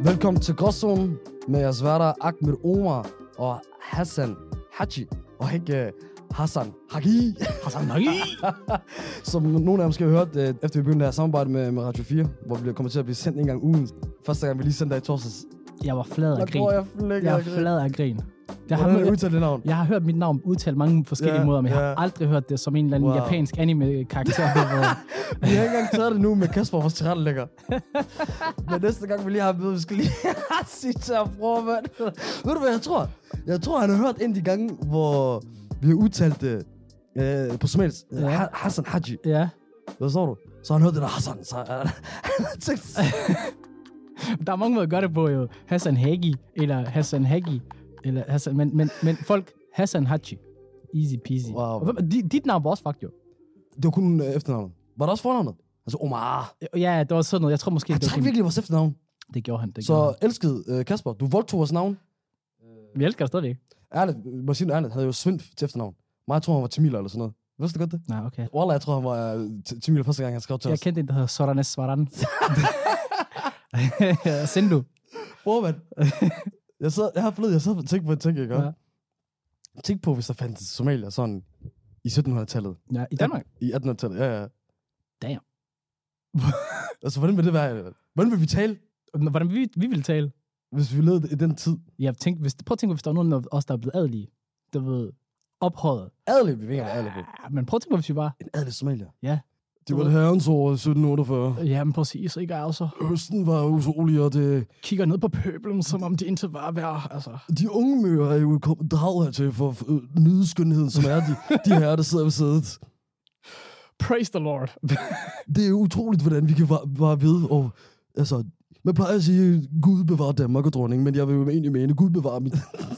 Velkommen til Gråzonen med jeres værter Ahmed Omar og Hassan Haji. Og ikke Hassan Hagi. Hassan Hagi. Som nogle af jer måske har hørt, efter vi begyndte at samarbejde med Radio 4, hvor vi kommer til at blive sendt en gang ugen. Første gang vi lige sendte dig i torsdags. Jeg var flad af grin. Jeg er flad af grin. Jeg har hørt mit navn udtalt mange forskellige måder, men jeg har aldrig hørt det som en eller anden japansk anime-karakter. Vi har ikke engang taget det nu med Kasper, vores tilrettelægger. Men næste gang vi lige har mødet, vi skal lige sige til at prøve, mand. Ved du hvad jeg tror? Jeg tror, han har hørt en af de gange, hvor vi har udtalt det på somalisk. Hassan Haji. Ja. Hvad så du? Så han hørte det der Hassan. Så der er mange måder at gøre det på, jo. Hassan Hagi, eller Hassan Hagi, eller Hassan, men folk, Hassan Haji. Easy peasy. Wow. Dit navn var også faktisk jo. Det var kun efternavnet. Var det også fornavnet? Altså Omar. Ja, det var sådan noget. Jeg tror måske... Han træk virkelig vores efternavn. Det gjorde han. Så elskede Kasper, du voldtog vores navn. Vi elsker dig stadigvæk. Ærligt, må sige ærligt, havde jo Svindt til efternavn. Jeg tror, han var Tamiler eller sådan noget. Vidste du godt det? Nej, okay. Wallah, jeg tror, han var Tamiler første gang, han skrev til os. Jeg kendte en, der hedder Soranes Svaran. Sindu. Bror, mand. Jeg har forledet, og tænkt på en ting, ikke? Ja. Tænk på, hvis der fandt Somalia sådan i 1700-tallet. Ja, i Danmark? I 1800-tallet, ja. Damn. Altså, hvordan vil det være? Hvordan vil vi tale? Hvordan vi vil tale? Hvis vi levede i den tid. Ja, prøv at tænke, hvis der var nogen af os, der er blevet adelige. Der ved ophøjet. Adelige? Vi ved ikke, hvad adelige er. Men prøv at tænke, hvis vi var... En adelig Somalier? Ja. Det var det herrens år 1748. Ja, men præcis, ikke altså. Høsten var usolig, og det... Kigger ned på pøbelen, som om det intet var værd, altså. De unge møger er jo kommet draget hertil for nyde skønheden, som er de her, der sidder ved sædet. Praise the Lord. Det er jo utroligt, hvordan vi kan bare ved, og altså... Man plejer at sige, Gud bevarer Danmark og dronning, men jeg vil jo egentlig mene, Gud bevarer mit.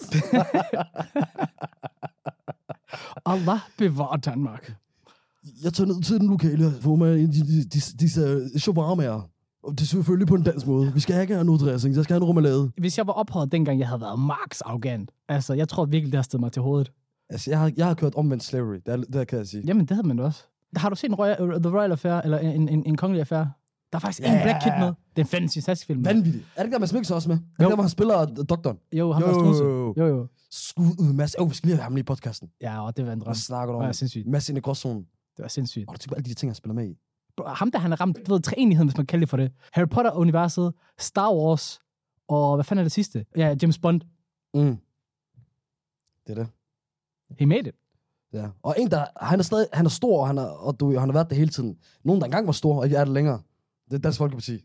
Allah bevarer Danmark. Jeg tager ned til den lokale, hvor man disse shawarmaer. Og det er selvfølgelig på en dansk måde. Vi skal ikke have noget dressing, jeg skal have en rummelade. Hvis jeg var ophøjet dengang, jeg havde været max arrogant. Altså, jeg tror virkelig, det har stedet mig til hovedet. Altså, jeg har kørt omvendt slavery, det kan jeg sige. Jamen, det havde man også. Har du set The Royal Affair, eller en kongelig affære? Der er faktisk en Black Kid med. Det er en fantastisk film. Vanvittigt. Er det ikke der, man smækker sig også med? Er det der, hvor han spiller doktoren? Jo, han var strunset. Jo. Skud ud, Mads. Vi skal lige have ham lige i podcasten. Ja, og det var en drøm. Hvad snakker du om? Det var sindssygt. Mads ind i Gråzonen. Det var sindssygt. Og du tænker på alle de ting, han spiller med i. Ham, der han har ramt, træenigheden, hvis man kalder det for det. Harry Potter-universet, Star Wars, og hvad fanden er det sidste? Ja, James Bond. Det er det. He made it. Ja. Og en, der, han er stor, og han har været det hele tiden. Nogen, der engang var stor, og ikke er det længere. Det er Dansk Folkeparti.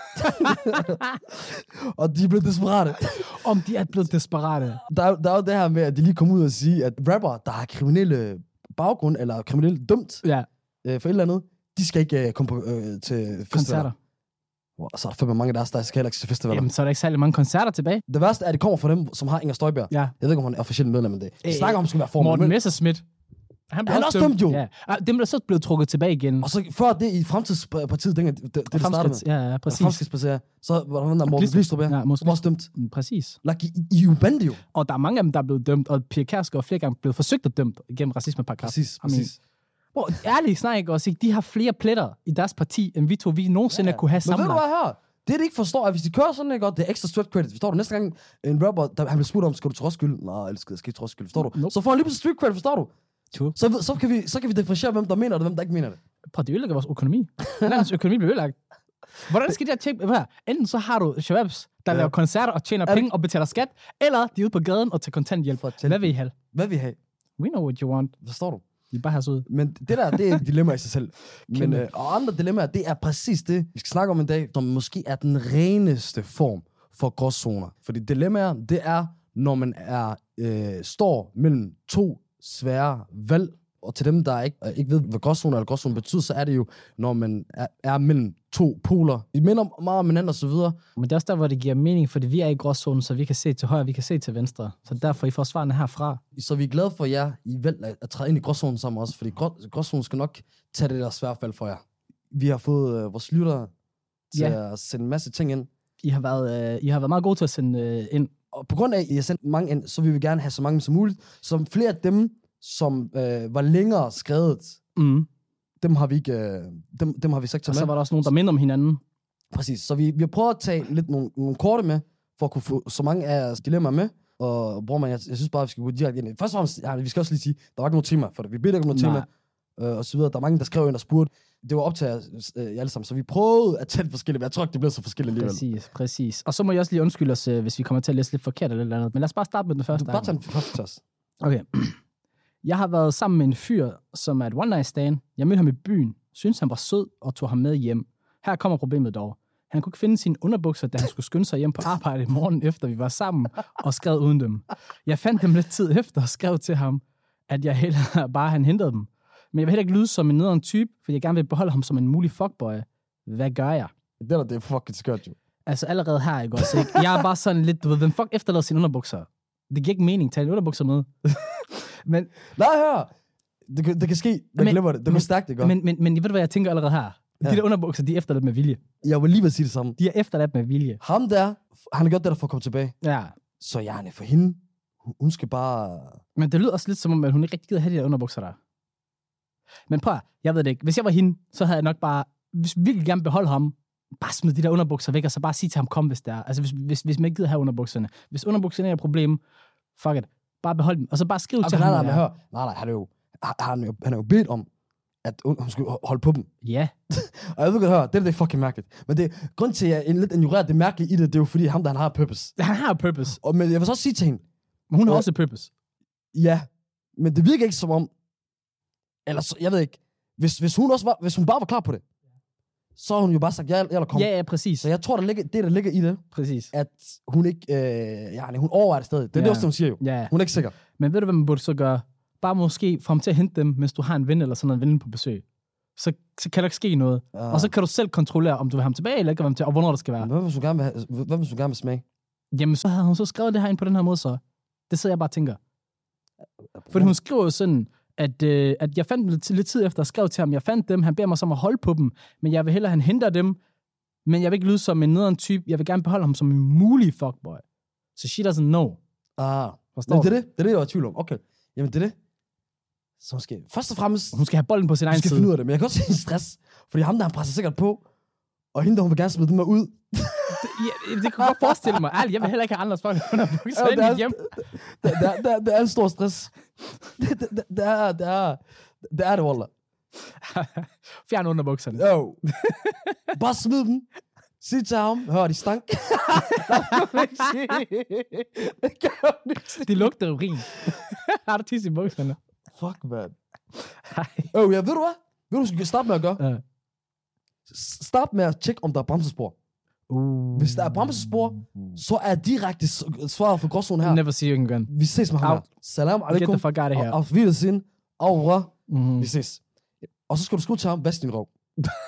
Og de er blevet desperate. Om de er blevet desperate. Der er jo det her med, at de lige kom ud og sige, at rapper, der har kriminelle baggrund, eller kriminelle dømt for et eller andet, de skal ikke komme på, til festivaler. Og så er der fandme mange af deres, der skal heller ikke til festivaler. Jamen, så er der ikke særlig mange koncerter tilbage. Det værste er, at det kommer fra dem, som har Inger Støjberg. Ja. Jeg ved ikke, om han er officielt medlem af det. De snakker om, at han skal være formand. Morten Messerschmidt. Han er også dømt, jo. Ja. Dem er så blevet trukket tilbage igen. Og så før det i Fremtidspartiet, det startede med. Ja, præcis. Fremskridspartiet, så var der Morten Glistrup, som også dømt. Præcis. I jo bande jo. Og der er mange af dem, der er blevet dømt, og Pia Kjærsgaard flere gange blevet forsøgt at dømt gennem racismeparagraf. Præcis. Bro, ærligt snak ikke også, ikke? De har flere pletter i deres parti, end vi nogensinde kunne have samlet. Men ved du hvad her? Det de ikke forstår, at hvis de kører sådan, ikke godt, det er ekstra street credit. Forstår du? Næste gang en rapper, han bliver spurgt om, skal du til Roskilde? Nej, jeg skal ikke til Roskilde. Forstår du? Så får han lige på street credit, forstår du? Så kan vi differentiere, hvem der mener det, og hvem der ikke mener det. Prøv, det ødelægger vores økonomi. Landets økonomi bliver ødelagt. Hvordan skal de her tjekke? Enten så har du shababs, der laver koncerter og tjener penge og betaler skat, eller de er ude på gaden og tager kontanthjælp. Hvad vil I have? Hvad vil I have? We know what you want. Forstår du? I bare har ud. Men det der, det er et dilemma i sig selv. Men, og andre dilemmaer, det er præcis det, vi skal snakke om en dag, som måske er den reneste form for gråzoner. Fordi dilemmaer, det er, når man står mellem to svære valg, og til dem, der ikke ved, hvad gråzoner eller gråzoner betyder, så er det jo, når man er mellem to poler. Vi minder meget om hinanden og så videre. Men det er også der, hvor det giver mening, fordi vi er i gråzonen, så vi kan se til højre, vi kan se til venstre. Så derfor I får svarene herfra. Så vi er glade for jer, I valg at træde ind i gråzonen sammen også, fordi gråzonen skal nok tage det der svære fald for jer. Vi har fået vores lyttere til at sende en masse ting ind. I har været meget gode til at sende ind. Og på grund af, at I har sendt mange ind, så vil vi gerne have så mange som muligt. Som flere af dem, som var længere skrevet, dem har vi ikke, dem har vi sagt til med. Og så var der også nogen, der minder om hinanden. Præcis. Så vi har prøvet at tage lidt nogle korte med, for at kunne få så mange af jeres dilemmaer med. Og bror man, jeg synes bare, at vi skal gå direkte ind. Først og fremmest, vi skal også lige sige, der var ikke nogen tema for det. Vi bedte ikke om noget tema, og så videre. Der er mange, der skrev ind og spurgte. Det var op til alle sammen, så vi prøvede at tage forskellige, men jeg tror ikke, det blev så forskelligt alligevel. Præcis. Og så må jeg også lige undskylde os, hvis vi kommer til at læse lidt forkert eller noget andet. Men lad os bare starte med den første. Du bare tage den første til os. Okay. Jeg har været sammen med en fyr, som er et one night stand. Jeg mødte ham i byen, synes han var sød og tog ham med hjem. Her kommer problemet dog. Han kunne ikke finde sine underbukser, da han skulle skynde sig hjem på arbejde i morgen efter vi var sammen, og skrev uden dem. Jeg fandt dem lidt tid efter og skrev til ham, at jeg hellere bare han hentede dem. Men jeg vil heller ikke lyde som en nederen type, fordi jeg gerne vil beholde ham som en mulig fuckboy. Hvad gør jeg? Det er fucking skørt, jo. Altså allerede her, ikke også? Ikke? Jeg er bare sådan lidt, du ved, hvem fuck efterlader sine underbukser? Det giver ikke mening, tag dine underbukser med. Men nej, hør! Det kan ske. Jeg glemmer det. Det går stærkt, ikke? Men ved du, hvad jeg tænker allerede her? Ja. De der underbukser, de er efterladt med vilje. Jeg vil lige vil sige det samme. De er efterladt med vilje. Ham der, han har gjort det der for at komme tilbage. Ja. Så Janne, for hende, hun skal bare... Men det lyder også lidt som om, at hun ikke rigtig gider have de der underbukser der. Men prøv, jeg ved det ikke. Hvis jeg var hende, så havde jeg nok bare, hvis vi virkelig gerne beholde ham, bare smid de der underbukser væk, og så bare sige til ham, kom hvis det er. Altså hvis man ikke gider have underbukserne. Hvis underbukserne er et problem, fuck it. Bare behold dem, og så bare skriv til ham. Nej, han er jo bedt om, at hun skulle holde på dem. Ja. Og jeg ved godt, det er fucking mærkeligt. Men grund til, at jeg lidt ignorerer det mærkelige i det, det er jo fordi ham, der han har purpose. Han har purpose. Men jeg vil så også sige til hende. Men hun har også purpose. Ja, men det virker ikke som om, eller så, jeg ved ikke, hvis hun bare var klar på det, så har hun jo bare sagt, ja, eller kom. Ja, præcis. Så jeg tror, der ligger i det, præcis. at hun ikke, hun overvejer det stadig. Det er det også, hun siger jo. Ja. Hun er ikke sikker. Men ved du, hvad man burde så gøre? Bare måske få ham til at hente dem, mens du har en ven eller sådan en ven på besøg. Så kan der ikke ske noget. Og så kan du selv kontrollere, om du vil have ham tilbage, eller ikke vil have ham til, og hvornår det skal være. Hvad hvis du gerne vil smage? Jamen, så havde hun så skrevet det her ind på den her måde, så. Det sidder jeg bare og tænker. Fordi hun skriver jo sådan, at jeg fandt dem lidt tid efter og skrev til ham, jeg fandt dem, han beder mig som at holde på dem, men jeg vil hellere, han henter dem, men jeg vil ikke lyde som en nederen type, jeg vil gerne beholde ham som en mulig fuckboy. Så she doesn't know. Forstår det er det, jeg var i tvivl om. Okay, jamen det er det. Så måske, først og fremmest... Hun skal have bolden på sin egen side. Hun skal finde ud af det, men jeg kan også se stress, fordi ham der, han presser sikkert på, og hende der, hun vil gerne smide dem ud. det kan jeg godt forestille mig. Ærligt, jeg vil heller ikke have andres folk under bukser ind i mit hjem. Det er en stor stress. Det er det, Wallah. Fjern underbukserne. Jo. Bare smid dem. Sig til ham. Hør, de stank. De lugter urin. Har du tisset i bukserne? Fuck, man. Ja, ved du hvad? Ved du, du skal starte med at gøre? Start med at tjekke, om der er bremsespor. Hvis der er bremsespor, så er direkte svaret for gråzonen her. Never see you again. Vi ses med ham. Salam alaikum. Get the fuck out of here. Auf Wiedersehen. Au revoir. Vi ses. Og så skal du skrive til ham, vask din røv.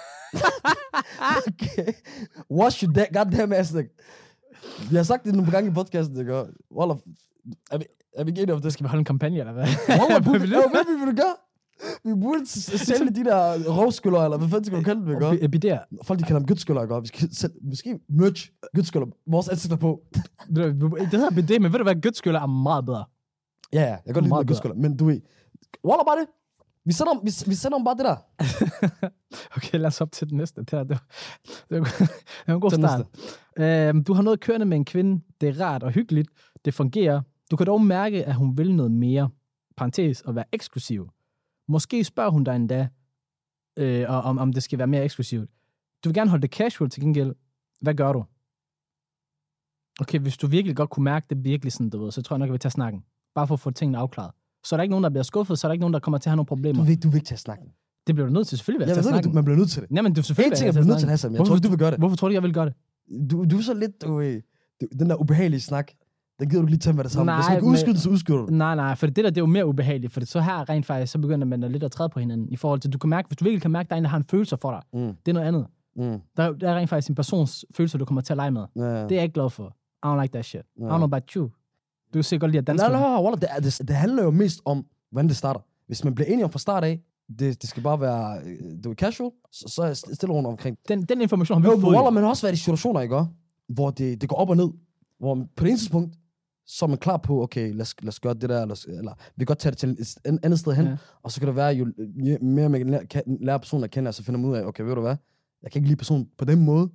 Okay. Wash your goddamn ass, nigga. Vi har sagt det nogle gange i podcasten, ikke? Wallah, er vi ikke enige om det? Skal vi holde en kampagne, eller hvad? Wallah, hvad vil du gøre? Vi burde sælge de der røvskyller, eller hvad fanden skal du kalde dem, ikke? Epider. Folk, de kalder dem gytskyller, ikke? Vi skal sælge, måske merch gytskyller, vores ansigter på. Det hedder BD, men ved du hvad, gytskyller er meget bedre. Ja, jeg kan godt lide gytskyller, men du ved, wallah bare det. Vi sender om bare det der. Okay, lad os op til den næste. Det er en god start. Du har noget kørende med en kvinde. Det er rart og hyggeligt. Det fungerer. Du kan dog mærke, at hun vil noget mere. Parentes at være eksklusiv. Måske spørger hun dig endda, om det skal være mere eksklusivt. Du vil gerne holde det casual til gengæld. Hvad gør du? Okay, hvis du virkelig godt kunne mærke det virkelig sådan, du ved, så tror jeg nok, at vi tager snakken. Bare for at få tingene afklaret. Så er der ikke nogen, der bliver skuffet, så er der ikke nogen, der kommer til at have nogle problemer. Du vil ikke tage snakken. Det bliver du nødt til, selvfølgelig. Jeg ved ikke, man bliver nødt til det. Nej, men du selvfølgelig. En ting, jeg bliver nødt til, Hassan. Jeg tror ikke, du vil gøre det. Hvorfor tror du, jeg vil gøre det? Du er så lidt, den der ubehagelige snak, den gider du lige tage med det samme. Hvis man kan udskyde det, så udskyder du. Nej, for det er jo mere ubehageligt, for så her rent faktisk, så begynder man lidt at træde på hinanden, i forhold til, du kan mærke, hvis du virkelig kan mærke, at der er en, der har en følelse for dig, det er noget andet. Der er rent faktisk en persons følelse, du kommer til at lege med. Det er jeg ikke glad for. I don't like that shit. I don't know about you. Du ser godt lige at danse. Nej, det handler jo mest om, hvordan det starter. Hvis man bliver enig om fra start af, det skal bare være casual, så er stille rundt omkring. Den information har vi fået. Man har også været i situationer, ikke? Hvor det går op og ned. Hvor på det eneste punkt, så er man klar på, okay, lad os gøre det der, eller vi kan godt tage det til et andet sted hen, og så kan det være, jo mere man lærer personen at kende, så finder man ud af, okay, ved du hvad, jeg kan ikke lide personen på den måde,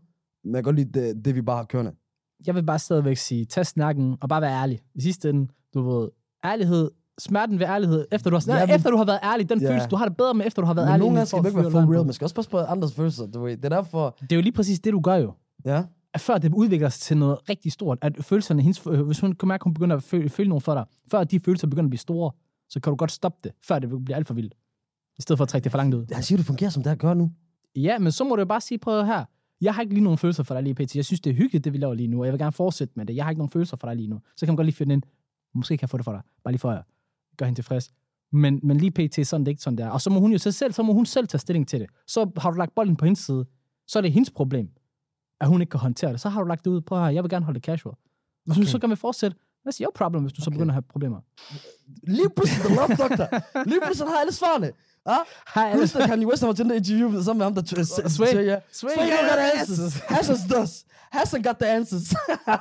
Men jeg kan godt lide det, vi bare har kørende. Jeg vil bare stadigvæk sige, tag snakken og bare være ærlig. I sidste ende, du ved, ærlighed, smerten ved ærlighed, efter du har været ærlig, den følelse, du har det bedre med, efter du har været ærlig. Men nogle gange skal du ikke være for real, man skal også passe på andres følelser, du ved. Det er derfor... Det er jo lige præcis det, du gør jo. Ja. At før det udvikler sig til noget rigtig stort, at følelserne, hvis hun kan mærke, at hun begynder at føle nogen for dig, før de følelser begynder at blive store, så kan du godt stoppe det, før det bliver alt for vildt. I stedet for at trække det for langt ud. Jeg siger, det fungerer, som det her gør nu. Ja, men så må du jo bare sige, prøv her. Jeg har ikke lige nogen følelser for dig lige pt. Jeg synes, det er hyggeligt, det vi laver lige nu, og jeg vil gerne fortsætte med det. Jeg har ikke nogen følelser for dig lige nu. Så kan man godt lige finde ind. Måske kan jeg få det for dig. Bare lige for at gøre hende tilfreds. Men lige pt. Sådan det ikke sådan der. Og så må hun jo selv tage stilling til det. Så har du lagt bolden på hendes side. Så er det hendes problem, at hun ikke kan håndtere det. Så har du lagt det ud på her. Jeg vil gerne holde det casual. Okay. Så kan vi fortsætte. That's your problem, hvis du så begynder at have problemer. Lige pludselig, the love doctor. Lige pludselig har alle svarene. Husk, at Kanye West har til det interview sammen med ham, der Sway got the answers. Hassan got the answers.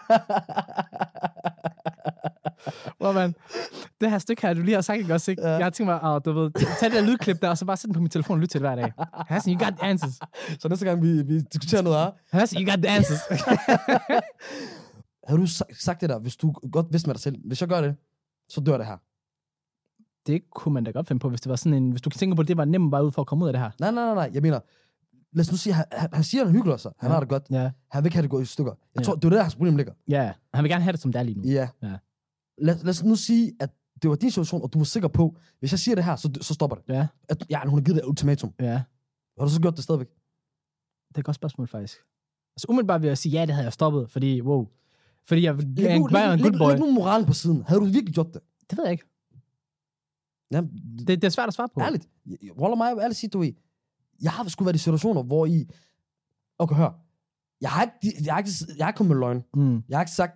Hvor man, det her stykke her, du lige har sagt, ikke også, ikke? Jeg har tænkt mig, du ved, tage det der lydklip der, og så bare sætte den på min telefon og lytte til det hver dag. Hassan, you got the answers. Så næste gang vi diskuterer noget her. Hassan, you got the answers. Har du sagt det der, hvis du godt vidste med dig selv, hvis jeg gør det, så dør det her? Det kunne man da godt finde på, hvis det var sådan en, hvis du kan tænke på, at det var nemt bare ud for at komme ud af det her. Nej. Jeg mener, lad os nu sige, han siger, han hygger sig. Han har det godt. Ja. Han vil ikke have det gået i stykker. Jeg tror, det er der, hans problem ligger. Ja, han vil gerne have det, som det er lige nu. Ja. Lad os nu sige, at det var din situation, og du var sikker på, hvis jeg siger det her, så stopper det. Ja. Hun har givet dig et ultimatum. Ja. Har du så gjort det stadigvæk? Det er et godt spørgsmål, faktisk. Altså umiddelbart vil jeg sige, ja, det havde jeg stoppet, fordi jeg er en good boy. Læg nu moralen på siden. Havde du virkelig gjort det? Det ved jeg ikke. Ja, det er svært at svare på. Ærligt. Roller mig ærligt sige, du jeg har sgu været i situationer, hvor okay, hør. Jeg har ikke kommet med løgn. Jeg har ikke sagt,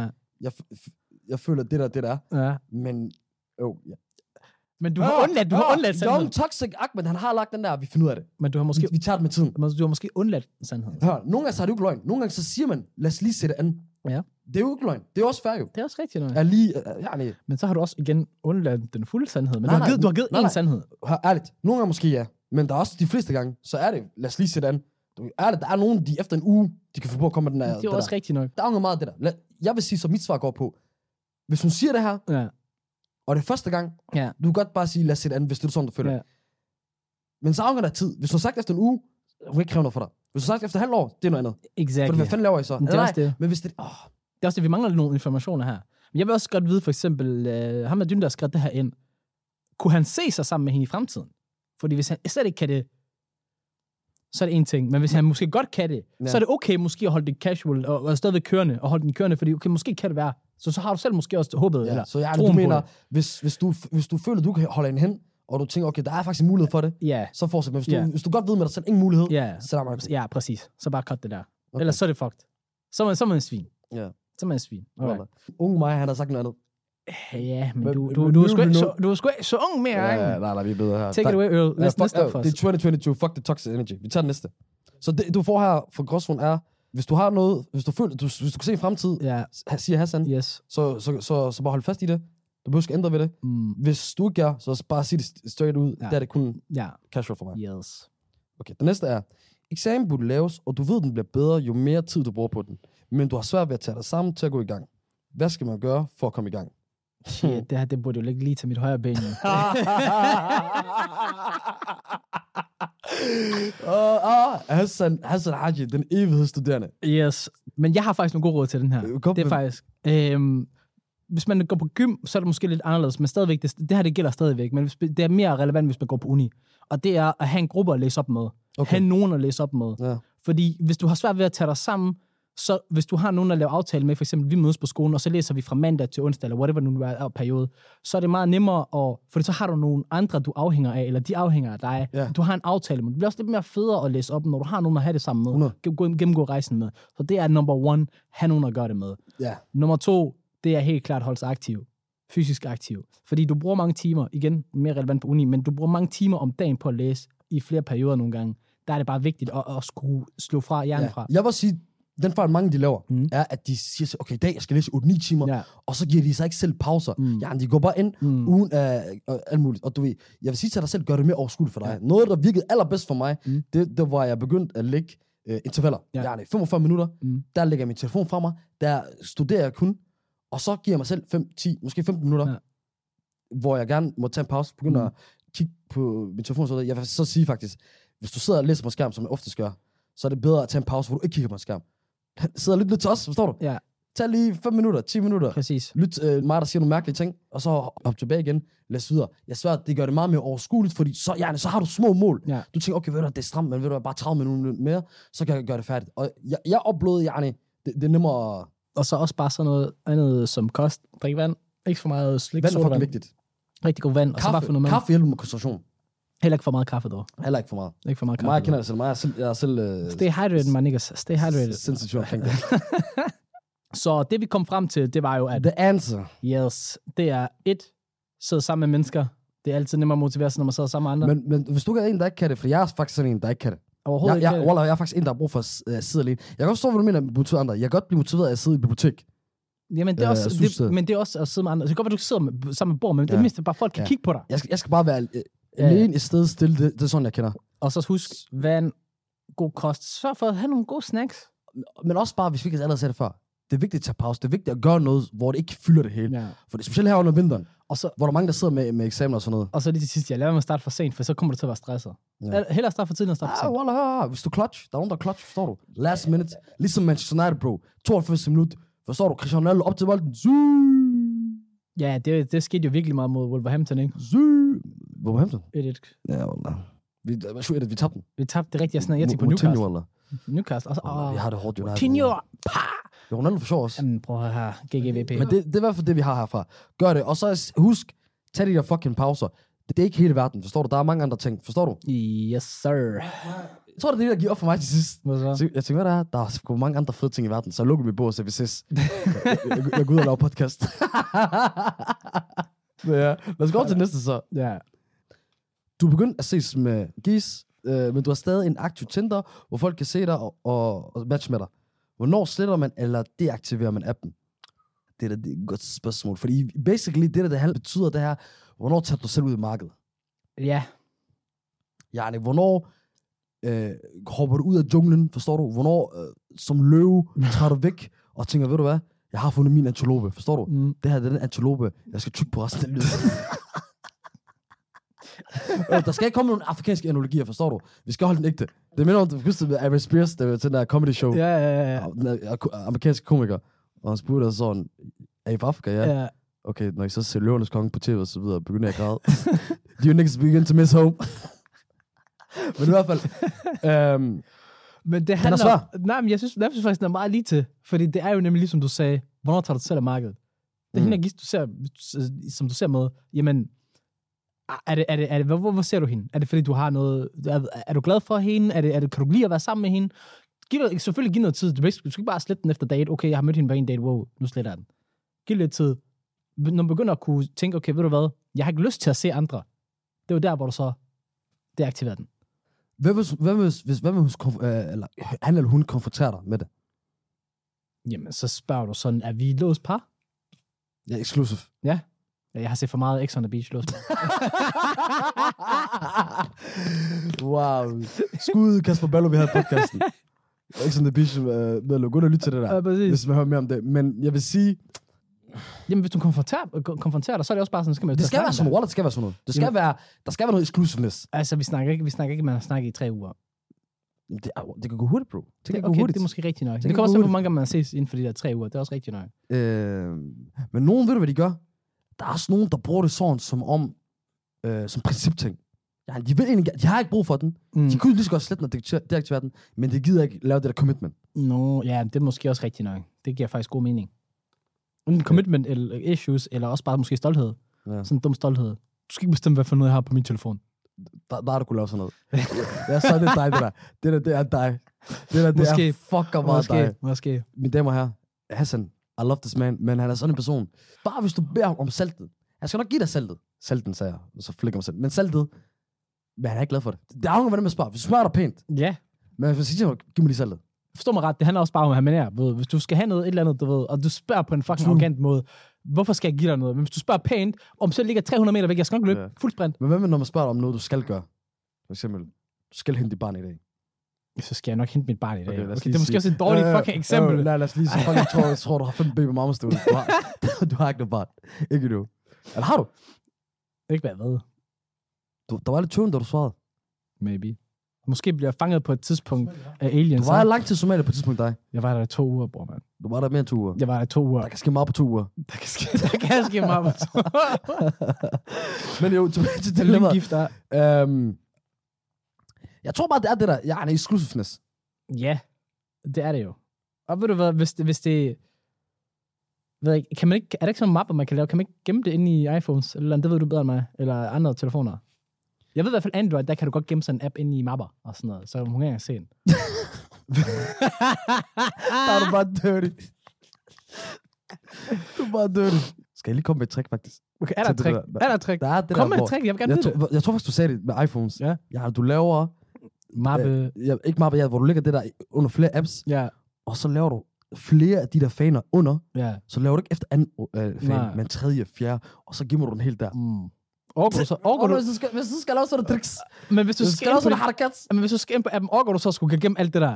jeg føler det der. Ja. Men, Men du har undladt sandheden. Toxic Ahmed, han har lagt den der, vi finder ud af det. Men du har måske... Vi tager det med tiden. Du har måske undladt sandheden. Hør, nogle gange så er det jo ikke løgn. Nogle gange så siger man, lad os lige sætte an. Ja. Det er jo ikke løgn. Det er også fair jo. Det er også rigtigt noget. Men så har du også igen undladt den fulde sandhed. Men du har givet en sandhed. Hør, ærligt. Nogle gange måske ja. Men der er også de fleste gange, så er det, lad os lige sætte an. Ærligt, der er nogen, de efter en uge, de kan få på at komme med den der. Det er også rigtigt nok. Der er jo meget af det der. Jeg vil sige, så mit svar går på, hvis hun siger det her, og det er første gang, du kan godt bare sige, lad os sætte an, hvis det er sådan, du føler. Ja. Men så afhænger der tid. Hvis du har sagt efter en uge, hun kan ikke kræve noget for dig. Hvis du har sagt efter et halvt år, det er noget andet. Exactly. For hvad fanden laver I så? Det er også det. Men hvis det... Det er også det, vi mangler nogle informationer her. Men jeg vil også godt vide, for eksempel, ham der Dyn, der har skrevet det her ind. Kunne han se sig sammen med hende i fremtiden? Fordi hvis han slet ikke kan det, så er det en ting. Men hvis han måske godt kan det, så er det okay måske at holde det casual og stadigvæk kørende, og holde den kørende, fordi okay, måske kan det være. Så har du selv måske også håbet, eller så du mener, hvis du føler, du kan holde en hen, og du tænker, okay, der er faktisk en mulighed for det, så fortsæt. Men hvis du godt ved med dig selv, ingen mulighed, så er der ja, præcis. Så bare cut det der. Okay. Ellers så er det fucked. Så er man en svin. Ja. Så er man en svin. Okay. Unge mig, han har sagt noget andet. Ja, men du er sgu ikke så ung mere. Ja, nej, vi er bedre her. Take it away, Earl. Næste for os. Det er 2022. Fuck the toxic energy. Vi tager den næste. Så det, du får her fra Gråzone er, hvis du har noget, hvis du føler, hvis du kan se en fremtid, siger Hassan, så bare hold fast i det. Du behøver ikke ændre ved det. Hvis du ikke gør, så bare sig det straight ud. Der er det kun casual for mig. Yes. Okay, den næste er, eksamen burde laves, og du ved, den bliver bedre, jo mere tid du bruger på den. Men du har svært ved at tage dig sammen til at gå i gang. Hvad skal man gøre for at komme i gang? Shit, det burde jo ligge lige til mit højre ben. Hassan Haji, den evighedsstuderende. Yes, men jeg har faktisk nogle gode råd til den her. Det er faktisk... hvis man går på gym, så er det måske lidt anderledes, men stadigvæk, det her det gælder stadigvæk, men det er mere relevant, hvis man går på uni. Og det er at have en gruppe at læse op med. Okay. Have nogen at læse op med. Ja. Fordi hvis du har svært ved at tage dig sammen, så hvis du har nogen at lave aftale med, for eksempel vi mødes på skolen, og så læser vi fra mandag til onsdag, eller whatever nu er periode, så er det meget nemmere, fordi så har du nogle andre, du afhænger af, eller de afhænger af dig. Ja. Du har en aftale med. Det bliver også lidt mere federe at læse op, når du har nogen at have det sammen med. Gennemgå rejsen med. Så det er number 1, have nogen at gøre det med. Ja. Nummer 2, det er helt klart holde sig aktiv. Fysisk aktiv. Fordi du bruger mange timer, igen, mere relevant på uni, men du bruger mange timer om dagen på at læse, i flere perioder nogle gange. Der er det bare vigtigt at skulle slå fra hjernen fra. Jeg vil sige, den fejl, mange de laver, er, at de siger, okay, i dag jeg skal læse 8-9 timer, og så giver de sig ikke selv pauser. Ja, de går bare ind uden alt muligt. Og du ved, jeg vil sige til dig selv, gør det mere overskueligt for dig. Noget, der virkede allerbedst for mig, det var, jeg begyndte at lægge intervaller. Ja. 45 minutter, der lægger jeg min telefon fra mig, der studerer jeg kun, og så giver jeg mig selv 5, 10, måske 15 minutter, hvor jeg gerne må tage en pause, begynde at kigge på min telefon. Så jeg vil så sige faktisk, hvis du sidder og læser på skærm, som jeg oftest gør, så er det bedre at tage en pause, hvor du ikke kigger på en skærm. Sidder lidt til os, forstår du? Ja. Tag lige 5 minutter, 10 minutter. Præcis. Lyt mig, der siger nogle mærkelige ting, og så hop tilbage igen, læs videre. Jeg svær, det gør det meget mere overskueligt, fordi så har du små mål. Ja. Du tænker, okay, ved du, det er stramt, men ved du, bare 30 minutter mere, så kan jeg gøre det færdigt. Og jeg oplevede, det er nemmere. Og så også bare sådan noget andet som kost. Drik vand, ikke for meget slik, vand er fucking vigtigt. Rigtig god vand. Kaffe, og så bare for noget kaffe hjælper med koncentration. Heller ikke for meget kaffe, dog. Heller ikke for meget. Ikke for meget kaffe. Jeg kender det selv. Jeg er selv stay hydrated, my niggas. Stay hydrated. Sindssygt omkring det. Så det, vi kom frem til, det var jo, at... The answer. Yes. Det er sidde sammen med mennesker. Det er altid nemmere at motivere sig, når man sidder sammen med andre. Men hvis du er en, der ikke kan det, for jeg er faktisk sådan en, der ikke kan det. Overhovedet ikke. Jeg er faktisk en, der har brug for at sidde alene. Jeg kan også forstå, hvad du mener med motivere andre. Jeg kan godt blive motiveret af at sidde i bibliotek. Jamen, det er også, men det er også at sidde med andre. Det kan godt være, du sidder sammen med bord, men det mindste bare folk kan kigge på dig. Jeg skal bare være alene i stedet stille. Det er sådan, jeg kender. Og så husk, vand, god kost. Sørg for at have nogle gode snacks. Men også bare, hvis vi ikke allerede sagde det før. Det er vigtigt at tage pause. Det er vigtigt at gøre noget, hvor det ikke fylder det hele. Ja. For det er specielt her under vinteren, og så, hvor der er mange, der sidder med eksamener og sådan noget. Og så lige til sidst, jeg lader mig at starte for sent, for så kommer du til at være stresset. Ja. Hellere starte for tidligt end starte for sent. Hvis du clutch, der er nogen, der clutch, forstår du? Last minute, ligesom Manchester United, bro. 92 minut, forstår du? Cristiano Ronaldo op til bolden. Ja, det skete jo virkelig meget mod Wolverhampton, ikke? Wolverhampton? 1-1. Ja, wallah. Vi tabte den. Vi tabte det rigtigt. Jeg tænkte på Newcastle. Newcastle. Vi har det hårdt, United. Coutinho! Det er Ronaldo for sjov også. Jamen, prøv at høre. GGVP. Men det er i hvert fald det, vi har herfra. Gør det. Og så husk, tag de der fucking pauser. Det er ikke hele verden, forstår du? Der er mange andre ting, forstår du? Yes, sir. Jeg tror, det er det, der giver op for mig til sidst. Hvad så? Jeg tænker, hvad der er? Der er sgu mange andre fede ting i verden, så jeg lukker mit bord, så vi ses. Jeg går ud og laver podcast. Men ja, lad os gå over til næste så. Ja. Du er begyndt at ses med Gis, men du har stadig en aktiv Tinder, hvor folk kan se dig og matche med dig. Hvornår sletter man, eller deaktiverer man appen? Det er et godt spørgsmål, fordi basically det betyder det her, hvornår tager du selv ud i markedet? Ja. Ja, hvornår hopper du ud af junglen, forstår du? Hvornår som løve tager du væk og tænker, ved du hvad, jeg har fundet min antilope, forstår du? Det her er den antilope, jeg skal tygge på resten af livet. Der skal ikke komme nogle afrikanske analogier, forstår du? Vi skal holde den ægte. Det minder om, du husker med Ari Spears, der var til den der comedy show. Ja. Amerikanske komiker. Og han spurgte os sådan, er I fra Afrika? Ja. Okay, når I så ser Løvernes Konge på tv og så videre, begynder jeg at græde. You niggas begin to miss home. Men i hvert fald... men det handler... Nej, men jeg synes faktisk, den er meget lige til. Fordi det er jo nemlig ligesom du sagde, hvornår tager du selv af markedet? Det er hende, Gis, du ser, som du ser med, jamen... Hvor ser du hende? Er det fordi, du har noget... Er du glad for hende? Kan du lide at være sammen med hende? Selvfølgelig giv noget tid. Du skal ikke bare slette den efter date. Okay, jeg har mødt hende på en date. Wow, nu sletter jeg den. Giv lidt tid. Når du begynder at kunne tænke, okay, ved du hvad? Jeg har ikke lyst til at se andre. Det er jo der, hvor du så deaktiverer den. Hvad hvis han eller hun konfronterer dig med det? Jamen, så spørger du sådan, er vi låst par? Ja, exclusive. Ja. Jeg har set for meget X on the Beach låst. Wow. Skud Kasper Ballo, vi havde podcasten. X on the Beach med gå og lytte til det der. Ja, hvis man hører mere om det. Men jeg vil sige... Jamen, hvis du konfronterer dig, så er det også bare sådan, skal man... Det skal være sådan noget. Det skal være sådan noget. Der skal være noget exclusiveness. Altså, vi snakker ikke, man har snakket i 3 uger. Det kan gå hurtigt, bro. Det er måske rigtigt nok. Det kommer også på, hvor mange gange man ses inden for de der 3 uger. Det er også rigtigt nok. Men nogen ved du, hvad de gør? Der er også nogen, der bruger det sådan, som principting. Ja, de har ikke brug for den. De kunne lige så godt slette den og deaktivere den, men de gider ikke lave det der commitment. Ja, det er måske også rigtigt nok. Det giver faktisk god mening. Commitment eller issues, eller også bare måske stolthed. Ja. Sådan en dum stolthed. Du skal ikke bestemme, hvad for noget jeg har på min telefon. Der har du kunne lave sådan noget. Ja, så er det dig, det der. Det er dig. Det er fucker meget dig. Måske. Mine damer og herrer, Hassan, I love this man, men han er sådan en person. Bare hvis du beder ham om saltet. Han skal nok give dig saltet. Salten, sagde jeg. Så flikker mig selv. Men saltet, men han er ikke glad for det. Det er afhængigt, hvordan man spørger. Hvis du spørger dig pænt. Ja. Men hvis du siger, giv mig lige saltet. Forstår mig ret, det handler også bare om at have manær. Hvis du skal have noget, et eller andet, du ved, og du spørger på en fucking arrogant måde, hvorfor skal jeg give dig noget? Men hvis du spørger pænt, om så ligger 300 meter væk, jeg skal nok løbe fuld sprint. Men hvad med, når man spørger om noget, du skal gøre? For eksempel, du skal hente dit barn i dag. Så skal jeg nok hente mit barn i dag. Okay, det er måske også et dårligt fucking eksempel. Nej, lad os lige se. Jeg tror, du har 5 baby mama stået. Du har ikke noget barn. Ikke nu. Eller har du? Ikke hvad? Der var lidt tøven, da du svarede. Maybe. Måske bliver jeg fanget på et tidspunkt af aliens. Du var lang tid Somalia på et tidspunkt, dig. Jeg var der i 2 uger, bror, mand. Du var der mere end 2 uger. Jeg var der i 2 uger. Der kan ske meget på 2 uger. Der kan ske meget på 2 uger. Men jo, tilbage til dilemmaet. Gift der. Jeg tror bare, det er det der. Jeg er en exclusiveness. Ja, det er det jo. Og ved du hvad, hvis det ved ikke, kan man ikke, er det ikke sådan en mapper, man kan lave? Kan man ikke gemme det inde i iPhones? Eller det ved du bedre end mig. Eller andre telefoner. Jeg ved i hvert fald Android, der kan du godt gemme sådan en app inde i mapper og sådan noget. Så hun kan ikke se den. Der er du bare dirty. Du er bare dirty. Skal jeg lige komme med et trick, faktisk? Okay, er der et trick? Er der et trick? Der er det Kom der, med et trick, jeg vil gerne vide det. Jeg tror faktisk, du sagde det med iPhones. Ja. Du laver... Mappe. Ikke mappe, hvor du lægger det der under flere apps. Ja. Og så laver du flere af de der faner under. Ja. Så laver du ikke efter anden fan, men tredje, fjerde. Og så giver du den helt der. Overgår du? Hvis du skal lave sådan tricks. Men hvis du skal lave sådan harakats. Men hvis du skal ind på appen, overgår du så skulle gemme alt det der?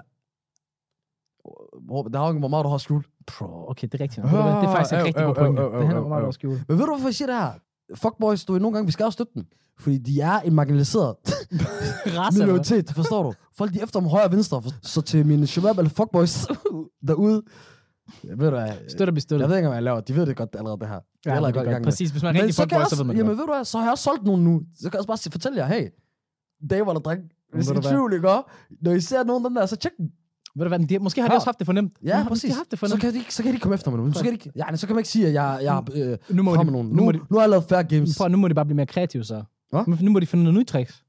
Der har ikke, hvor meget du har skjult. Okay, det er rigtigt. Det er faktisk en rigtig god pointe. Det handler om, hvor meget du har skjult. Men ved du, hvorfor jeg siger det her? Fuckboys, du nogle gange, vi skal også støtte dem. Fordi de er en marginaliseret minoritet, forstår du? Folk, de er efter om højre og venstre. Så til mine shabab eller fuckboys derude, jeg ved du hvad, støtter. Jeg ved ikke, hvad jeg laver. De ved det godt allerede, det her. Ja, det er godt. Præcis, hvis man er rigtig fuckboy, så ved man det. Jamen ved du hvad, så har jeg også solgt nogen nu. Så kan jeg også bare fortælle jer, hey, damer eller dreng, hvis I er tvivl, ikke? Når I ser nogen af dem der, så tjek dem. Ved du hvad, måske har de også haft det fornemt. Ja, præcis. Så kan de komme efter mig nu. Så kan man ikke sige, at jeg frem med nogen. Nu har jeg lavet fair games. Nu må de bare blive mere kreative, så. Nu må de finde noget nye tricks.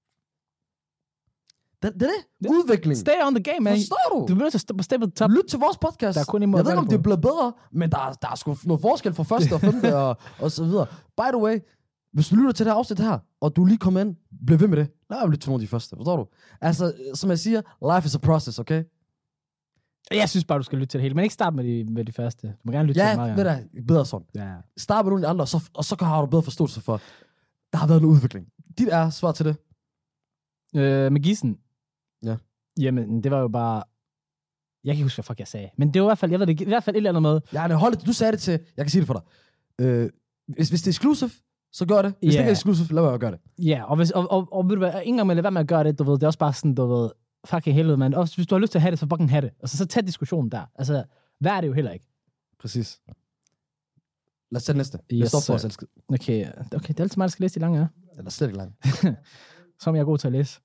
Det er det. Udvikling. Stay on the game, man. Forstår du? Du bliver nødt til at steppe top. Lyt til vores podcast. Jeg ved ikke, om det er blevet bedre, men der er sgu noget forskel fra første og femte og så videre. By the way, hvis du lytter til det her afsnit her, og du lige kommer ind, bliv ved med det. Lad mig lytte til nogle af de første. Forstår du? Altså, som jeg siger, life is a process, okay? Jeg synes bare, du skal lytte til det hele. Men ikke starte med de første. Du må gerne lytte til det meget. Ja, ved du, bedre sådan. Ja. Start med nogle af de andre, og så har du bedre forståelse for, der har været en udvikling. Dit er svar til det. Med Gissen. Ja. Jamen, det var jo bare... Jeg kan ikke huske, hvad fuck jeg sagde. Men det var i hvert fald, jeg ved det, i hvert fald et eller andet med... Ja, hold det. Du sagde det til... Jeg kan sige det for dig. Hvis det er exclusive, så gør det. Hvis det ikke er exclusive, lad være at gøre det. Ja, og ved du hvad, ingen gang med at lade være med at gøre det, du ved, det er også bare sådan, du ved, fucking helvede, man. Og hvis du har lyst til at have det, så fucking have det. Altså, så tag diskussionen der. Altså, hvad er det jo heller ikke? Præcis. Lad os tage det næste. Yes, okay, det er altid mig, der skal læse de lange, ja. Eller slet ikke lange. Som jeg er god til at læse.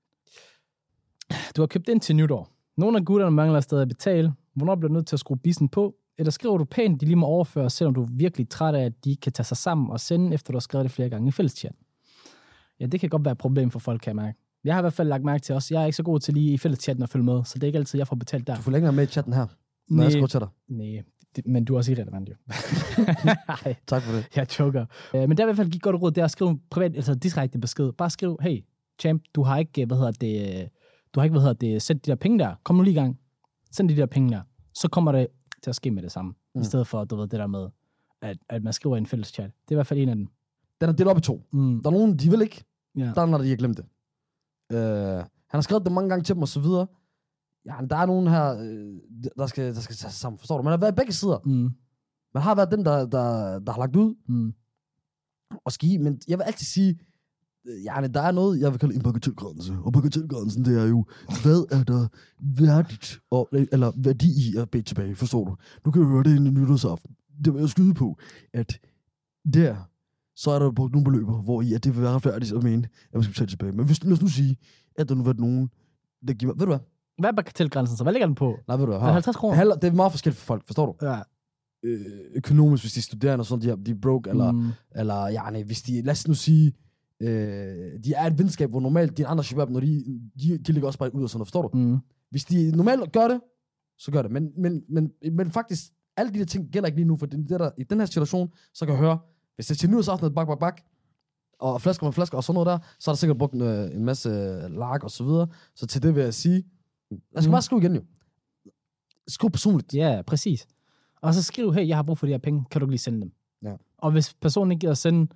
Du har købt ind til nytår. Nogle af gutterne mangler stadig at betale. Hvornår bliver du nødt til at skrue bissen på? Eller skriver du pænt, de lige må overføre, selvom du er virkelig træt af, at de kan tage sig sammen og sende, efter du har skrevet det flere gange i fælleschat? Ja, det kan godt være et problem for folk, kan jeg mærke. Jeg har i hvert fald lagt mærke til også. Jeg er ikke så god til lige i fælleschat at følge med, så det er ikke altid, jeg får betalt der. Du får længere med i chatten her, når jeg skriver til dig. Nej, men du er også irrelevant, jo. Tak for det. Jeg joker. Men der er i hvert fald gik godt råd, det er at skrive privat, altså direkte besked. Bare skriv, hey, champ, du har ikke, sendt de der penge der. Kom nu lige i gang. Send de der penge der. Så kommer det til at ske med det samme. I stedet for, du ved, det der med, at man skriver i en fælles chat. Det er i hvert fald en af dem. Den er delt op i 2. Der er nogen, de vil ikke. Ja. Der er nogen, der har glemt det. Han har skrevet det mange gange til dem og så videre. Ja, der er nogen her, der skal tage sig sammen. Forstår du? Man har været begge sider. Man har været den, der har lagt ud. Og ski, men jeg vil altid sige, der er noget, jeg vil kalde en bagatelgrænse. Og bagatelgrænsen, det er jo, hvad er der værdigt, eller værdi i at bede tilbage, forstår du? Nu kan du høre det i nytårsaften. Det vil jeg skyde på, at der, så er der brugt nogle beløber, hvor i, at det vil være retfærdigt at mene, at man skal betale tilbage. Men hvis, lad os nu sige, at der nu har været nogen, der giver mig, ved du hvad? Hvad er bagatelgrænsen så? Hvad ligger den på? Nej, ved du hvad? 50 kroner? Det er meget forskelligt for folk, forstår du? Ja. Økonomisk, hvis de er studerende og sådan, de er broke, eller hvis de, lad os nu sige, de er et venskab, hvor normalt de andre shabab, når de ligger også bare ud og sådan noget, forstår du? Hvis de normalt gør det, så gør det. Men faktisk, alle de der ting gælder ikke lige nu, for i den her situation, så kan jeg høre, hvis det er til nyhedsaften, bak, og flasker og sådan noget der, så er der sikkert brugt en masse lark og så videre. Så til det vil jeg sige, jeg skal bare skrive igen jo. Skriv personligt. Ja, præcis. Og så skriv, hey, jeg har brug for de her penge, kan du lige sende dem? Ja. Og hvis personen ikke gider at sende,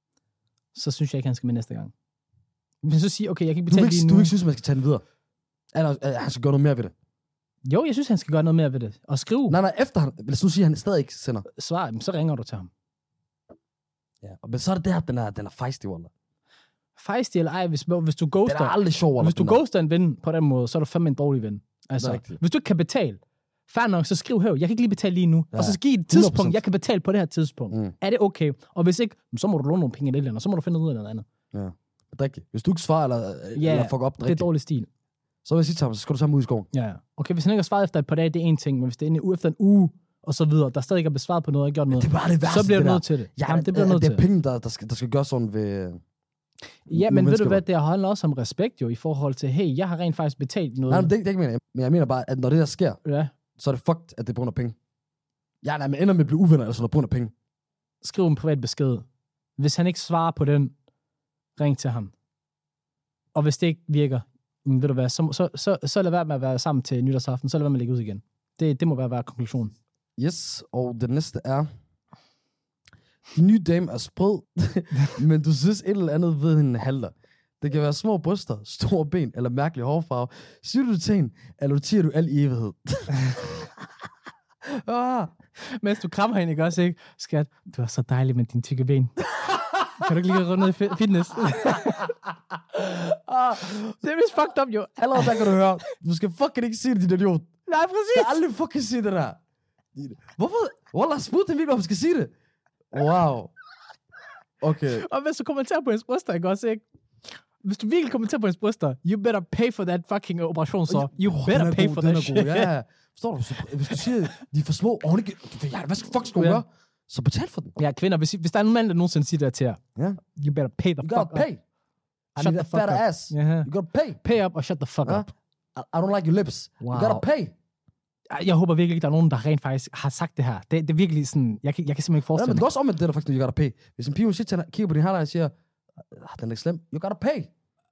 så synes jeg ikke, han skal med næste gang. Men så sige, okay, jeg kan ikke betale lige nu. Du ikke synes, man skal tage den videre? Han skal gøre noget mere ved det. Jo, jeg synes, han skal gøre noget mere ved det. Og skrive. Nej, efter han... Lad os sige, at han stadig ikke sender. Svar, så ringer du til ham. Ja, men så er det der, den er fejstig, Wallah. Fejstig eller ej, hvis du ghoster... Det er aldrig sjov, Wallah. Hvis du ghoster en ven på den måde, så er du fandme en dårlig ven. Altså, hvis du ikke kan betale, fair nok, så skriv her, jeg kan ikke lige betale lige nu. Ja, og så giv et tidspunkt, 100%. Jeg kan betale på det her tidspunkt. Er det okay? Og hvis ikke, så må du låne nogle penge i det eller andet, så må du finde ud af noget andet. Ja, det er rigtigt. Hvis du ikke svarer eller fucker op, det er dårlig stil. Så vil jeg sige til ham, så skal du sammen ud i skoven. Ja, okay, hvis han ikke har svaret efter et par dage, det er en ting, men hvis det er efter en uge, og så videre, der stadig ikke er besvaret på noget, og ikke gjort noget, det er bare det værste, så bliver du nødt til det. Ja, jamen, det bliver nødt til. Det er penge, der skal gøre sådan ved... Ja, men ved du hvad, det handler også om respekt jo, i forhold til, hey, jeg har rent faktisk betalt noget. Nej, men det ikke mener jeg. Men jeg mener bare, at når det der sker, så er det fucked, at det er på grund af penge. Ja, nej, men ender med at blive uvenner, eller sådan noget, på grund af penge. Skriv en privat besked. Hvis han ikke svarer på den, ring til ham. Og hvis det ikke virker, ved du hvad, så lad være med at være sammen til nytårsaften, så lad være med at lægge ud igen. Det må være konklusionen. Yes, og det næste er, din nye dame er sprød, men du synes et eller andet ved hende halter. Det kan være små bryster, store ben eller mærkelig hårfarve. Siger du til hende, eller tiger du al evighed? Mens du krammer hende, ikke også, ikke? Skat, du er så dejlig med dine tykke ben. Kan du ikke lige gå rundt i fitness? Det er vist fucked up, jo. Allerede der kan du høre, du skal fucking ikke sige det, din idiot. Nej, præcis. Du skal aldrig fucking sige det der. Hvorfor? Wallah, spurgte den virkelig, om skal sige det. Wow. Okay. Og hvis du kommenterer på hendes bryster, ikke også, ikke? Hvis du virkelig kommenterer på hendes bryster, you better pay for that fucking operation, så. You better pay for that shit. Ja. Forstår du? Hvis du siger, de er for små, og hun ikke... Ja, hvad fuck skal hun gøre? Så betal for den. Ja, kvinder, hvis der er nogen mand, der nogensinde siger det til jer, you better pay the fuck up. You gotta pay. I need a fat ass. You gotta pay. Pay up og shut the fuck up. I don't like your lips. Wow. You gotta pay. Jeg håber virkelig ikke, der er nogen, der rent faktisk har sagt det her. Det er virkelig sådan... Jeg kan simpelthen ikke forestille mig. Men det er også omvendt det, der faktisk, you gotta pay. Hvis en pige kigger på din hairline og siger, den er ikke slem, you gotta pay.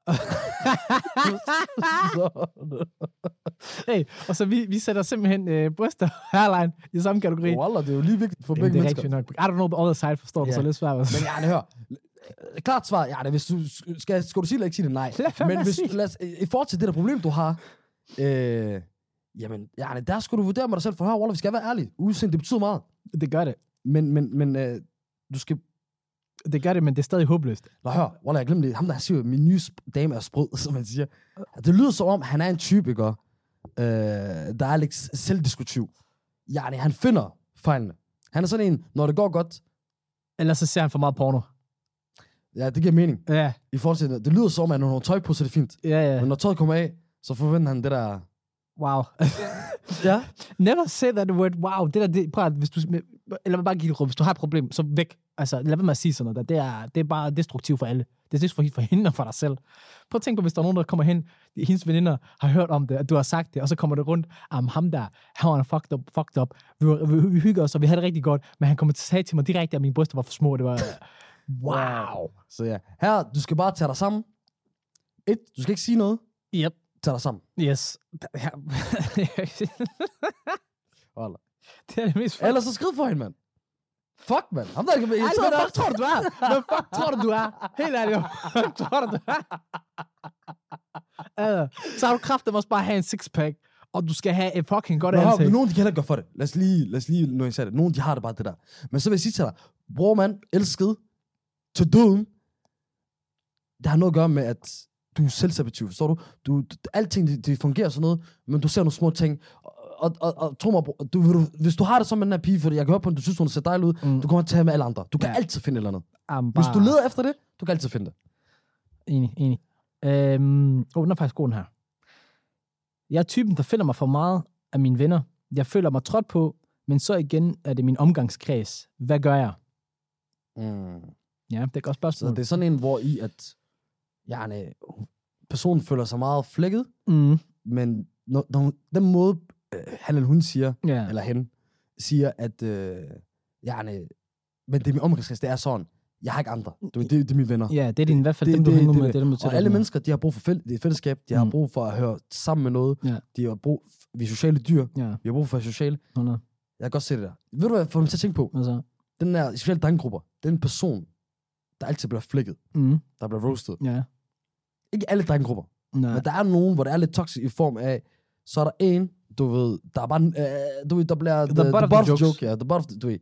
Hey, og så vi sætter simpelthen bryster og hairline i samme kategori. Wallah, det er jo lige vigtigt for begge mennesker. Det er rigtigt nok. I don't know the other side, forstår du så lidt svært. Men Jarne, hør. Klart svar, Jarne, hvis du skal du sige eller ikke sige det, nej. Men hvis, i forhold til det der problem, du har, jamen, Jarne, der skulle du vurdere med dig selv, for her, Wallah, vi skal være ærlige. Udseende, det betyder meget. Det gør det. Men du skal... Det gør det, men det er stadig håbløst. Nå, hør, Wallah, jeg glemte det. Ham, der siger, min nye dame er sprød, som man siger. Det lyder som om, han er en type, ikke? Der er lidt selvdiskutiv. Jarne, han finder fejlene. Han er sådan en, når det går godt... Ellers så ser han for meget porno. Ja, det giver mening. Ja. I forhold til det. Det lyder som om, at når han har tøj på, så er det fint. Ja. Men når tøjet kommer af, så forventer han det der... Wow. Ja. Never say that word, wow. Prøv at, hvis du... Eller bare give det rum. Hvis du har et problem, så væk. Altså, lad være med at sige sådan noget. Det er bare destruktivt for alle. Det er destruktivt for hende og for dig selv. Prøv at tænke på, hvis der er nogen, der kommer hen, hendes veninder har hørt om det, at du har sagt det, og så kommer det rundt, ham der, han var fucked up. Vi hygger os, og vi havde det rigtig godt, men han kommer til at sige til mig direkte, at mine bryster var for små. Det var... Wow. Så ja, her, du skal bare tage dig sammen. Du skal ikke sige noget. Yep. Tag dig sammen. Yes. Wallah. Det er det mest... Ellers så skriv for hende, mand. Fuck, mand. Ham der ikke... Hvad fuck tror du er? Hvad fuck tror du er? Helt ærligt, hvad tror du er? Så har du kraften også bare have en sixpack, og du skal have et fucking godt ansigt. Men nogen, de kan heller ikke gøre for det. Lad os lige når jeg sagde det. Nogen, de har det bare det der. Men så vil jeg sige til dig, bror mand, elsket, til døden, det har noget at gøre med, at du er selvsabotiv, forstår du? Alting, det fungerer sådan noget, men du ser nogle små ting, og tro mig, hvis du har det som med den her pige, for jeg kan høre på, at du synes, hun ser dejlig ud, du kommer til at tage med alle andre. Du kan altid finde et eller andet. Hvis du leder efter det, du kan altid finde det. Enig. Den er faktisk god, den her. Jeg er typen, der finder mig for meget af mine venner. Jeg føler mig trådt på, men så igen er det min omgangskreds. Hvad gør jeg? Ja, det er et godt spørgsmål. Så det er sådan en, hvor i at personen føler sig meget flækket, men når den måde, han eller hun siger, eller hen, siger, at men det er min omgangskreds, det er sådan, jeg har ikke andre. Det er mine venner. Ja, det er i hvert fald dem, du hænger med. Det er og alle mennesker, de har brug for fællesskab, de har brug for at høre sammen med noget, de har brug, vi er sociale dyr, vi har brug for at være sociale. Jeg kan godt se det der. Ved du hvad, får mig til at tænke på? Altså. Den der sociale drengegrupper, det er en person, der altid bliver flækket, der bliver roasted. Ja. Ikke alle drengegrupper. Nej. Men der er nogen, hvor det er lidt toxic i form af, så er der en, du ved, der er bare, du ved, der bliver The butt of the joke. Ja, the butt of the, du ved.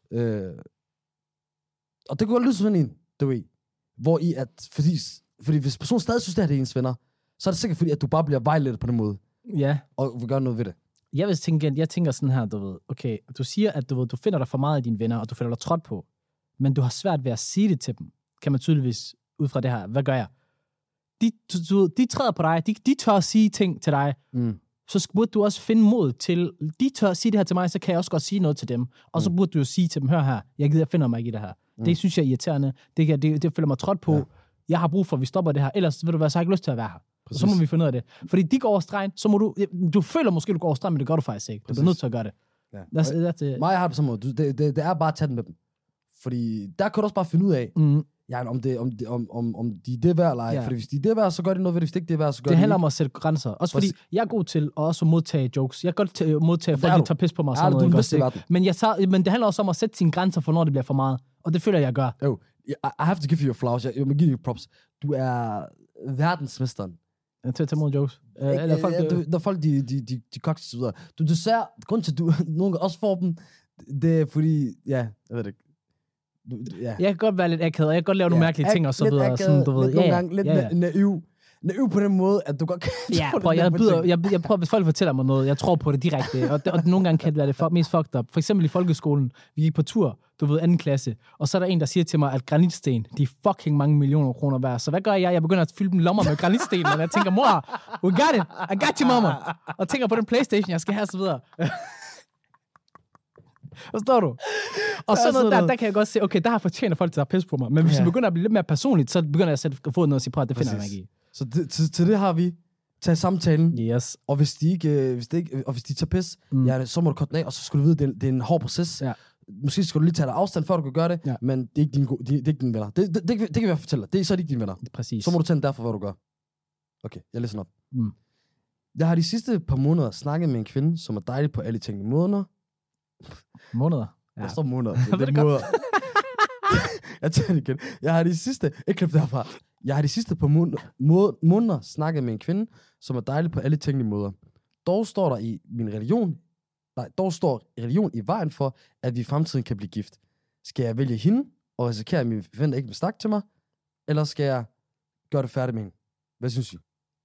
Og det kunne godt lyde sådan en, du ved, hvor i at, fordi hvis personen stadig synes, det er ens venner, så er det sikkert fordi, at du bare bliver vejledet på den måde, Ja. og vil gøre noget ved det. Jeg tænker sådan her, du ved, okay, du siger, at du finder dig for meget af dine venner, og du føler dig trådt på, men du har svært ved at sige det til dem, kan man tydeligvis ud fra det her. Hvad gør jeg? De træder på dig, de tør at sige ting til dig, så burde du også finde mod til, de tør at sige det her til mig, så kan jeg også godt sige noget til dem. Og så burde du jo sige til dem, hør her, jeg finder mig ikke i det her. Det synes jeg er irriterende, det føler mig trådt på, jeg har brug for, at vi stopper det her, ellers vil du være så ikke lyst til at være her. Og så må vi finde ud af det. Fordi de går over stregen, så må du føler måske, du går over stregen, men det gør du faktisk ikke. Du bliver nødt til at gøre det. Ja. Mig har det på samme måde. Det er bare at tage den med dem. Fordi der kan du også bare finde ud af, om de er det værd eller ej. Fordi hvis de er det værd, så gør de noget ved det. Hvis det ikke er det værd, så gør det de handler ikke. om at sætte grænser. Også fordi jeg er god til at også modtage jokes. Jeg er godt til at modtage, folk de tager pis på mig. Sådan noget, men det handler også om at sætte sine grænser for, når det bliver for meget. Og det føler jeg gør. Jo, I have to give you your flowers. Jeg må give dig props. Du er verdensmesteren. Til at tage mod jokes. Når folk, de kokser sig videre. Du ser, grund til, at du nogle også får dem, det er fordi, jeg ved det ikke. Jeg kan godt være lidt akavet, og jeg kan godt lave nogle mærkelige ting og så videre. Akavet, sådan, du ved. Nogle gange lidt naiv på den måde, at du godt kan... Jeg prøver, hvis folk fortæller mig noget, jeg tror på det direkte, og nogle gange kan det være det mest fucked up. For eksempel i folkeskolen, vi gik på tur, du ved, 2. klasse, og så er der en, der siger til mig, at granitsten, de er fucking mange millioner kroner værd. Så hvad gør jeg? Jeg begynder at fylde dem lommer med granitsten, og jeg tænker, mor, we got it, I got you, mama. Og tænker på den PlayStation, jeg skal have, så videre. Forstår du? Og så noget der kan jeg godt se, okay, der fortjener folk til at pisse på mig. Men hvis det begynder at blive lidt mere personligt, så begynder jeg at få noget at sige på, at det finder jeg ikke i. Så til det har vi taget samtalen. Yes. Og hvis de tager pis, så må du korte den af, og så skal du vide, det er en hård proces. Ja. Måske skal du lige tage dig afstand, før du kan gøre det, men det er ikke dine venner. Det kan jeg fortælle dig. Så er de ikke dine venner. Præcis. Så må du tage den derfor, hvad du gør. Okay, jeg læser op. Jeg har de sidste par måneder snakket med en kvinde, som er dejlig på alle tænkelige måder. Måneder? Ja. Der står måneder. Det er måneder. Jeg tager det igen. Jeg har de sidste par måneder snakket med en kvinde, som er dejlig på alle tænkelige måder. Dog står religion i vejen for, at vi i fremtiden kan blive gift. Skal jeg vælge hende og risikere, at min ven ikke vil snakke til mig? Eller skal jeg gøre det færdigt med hende? Hvad synes I?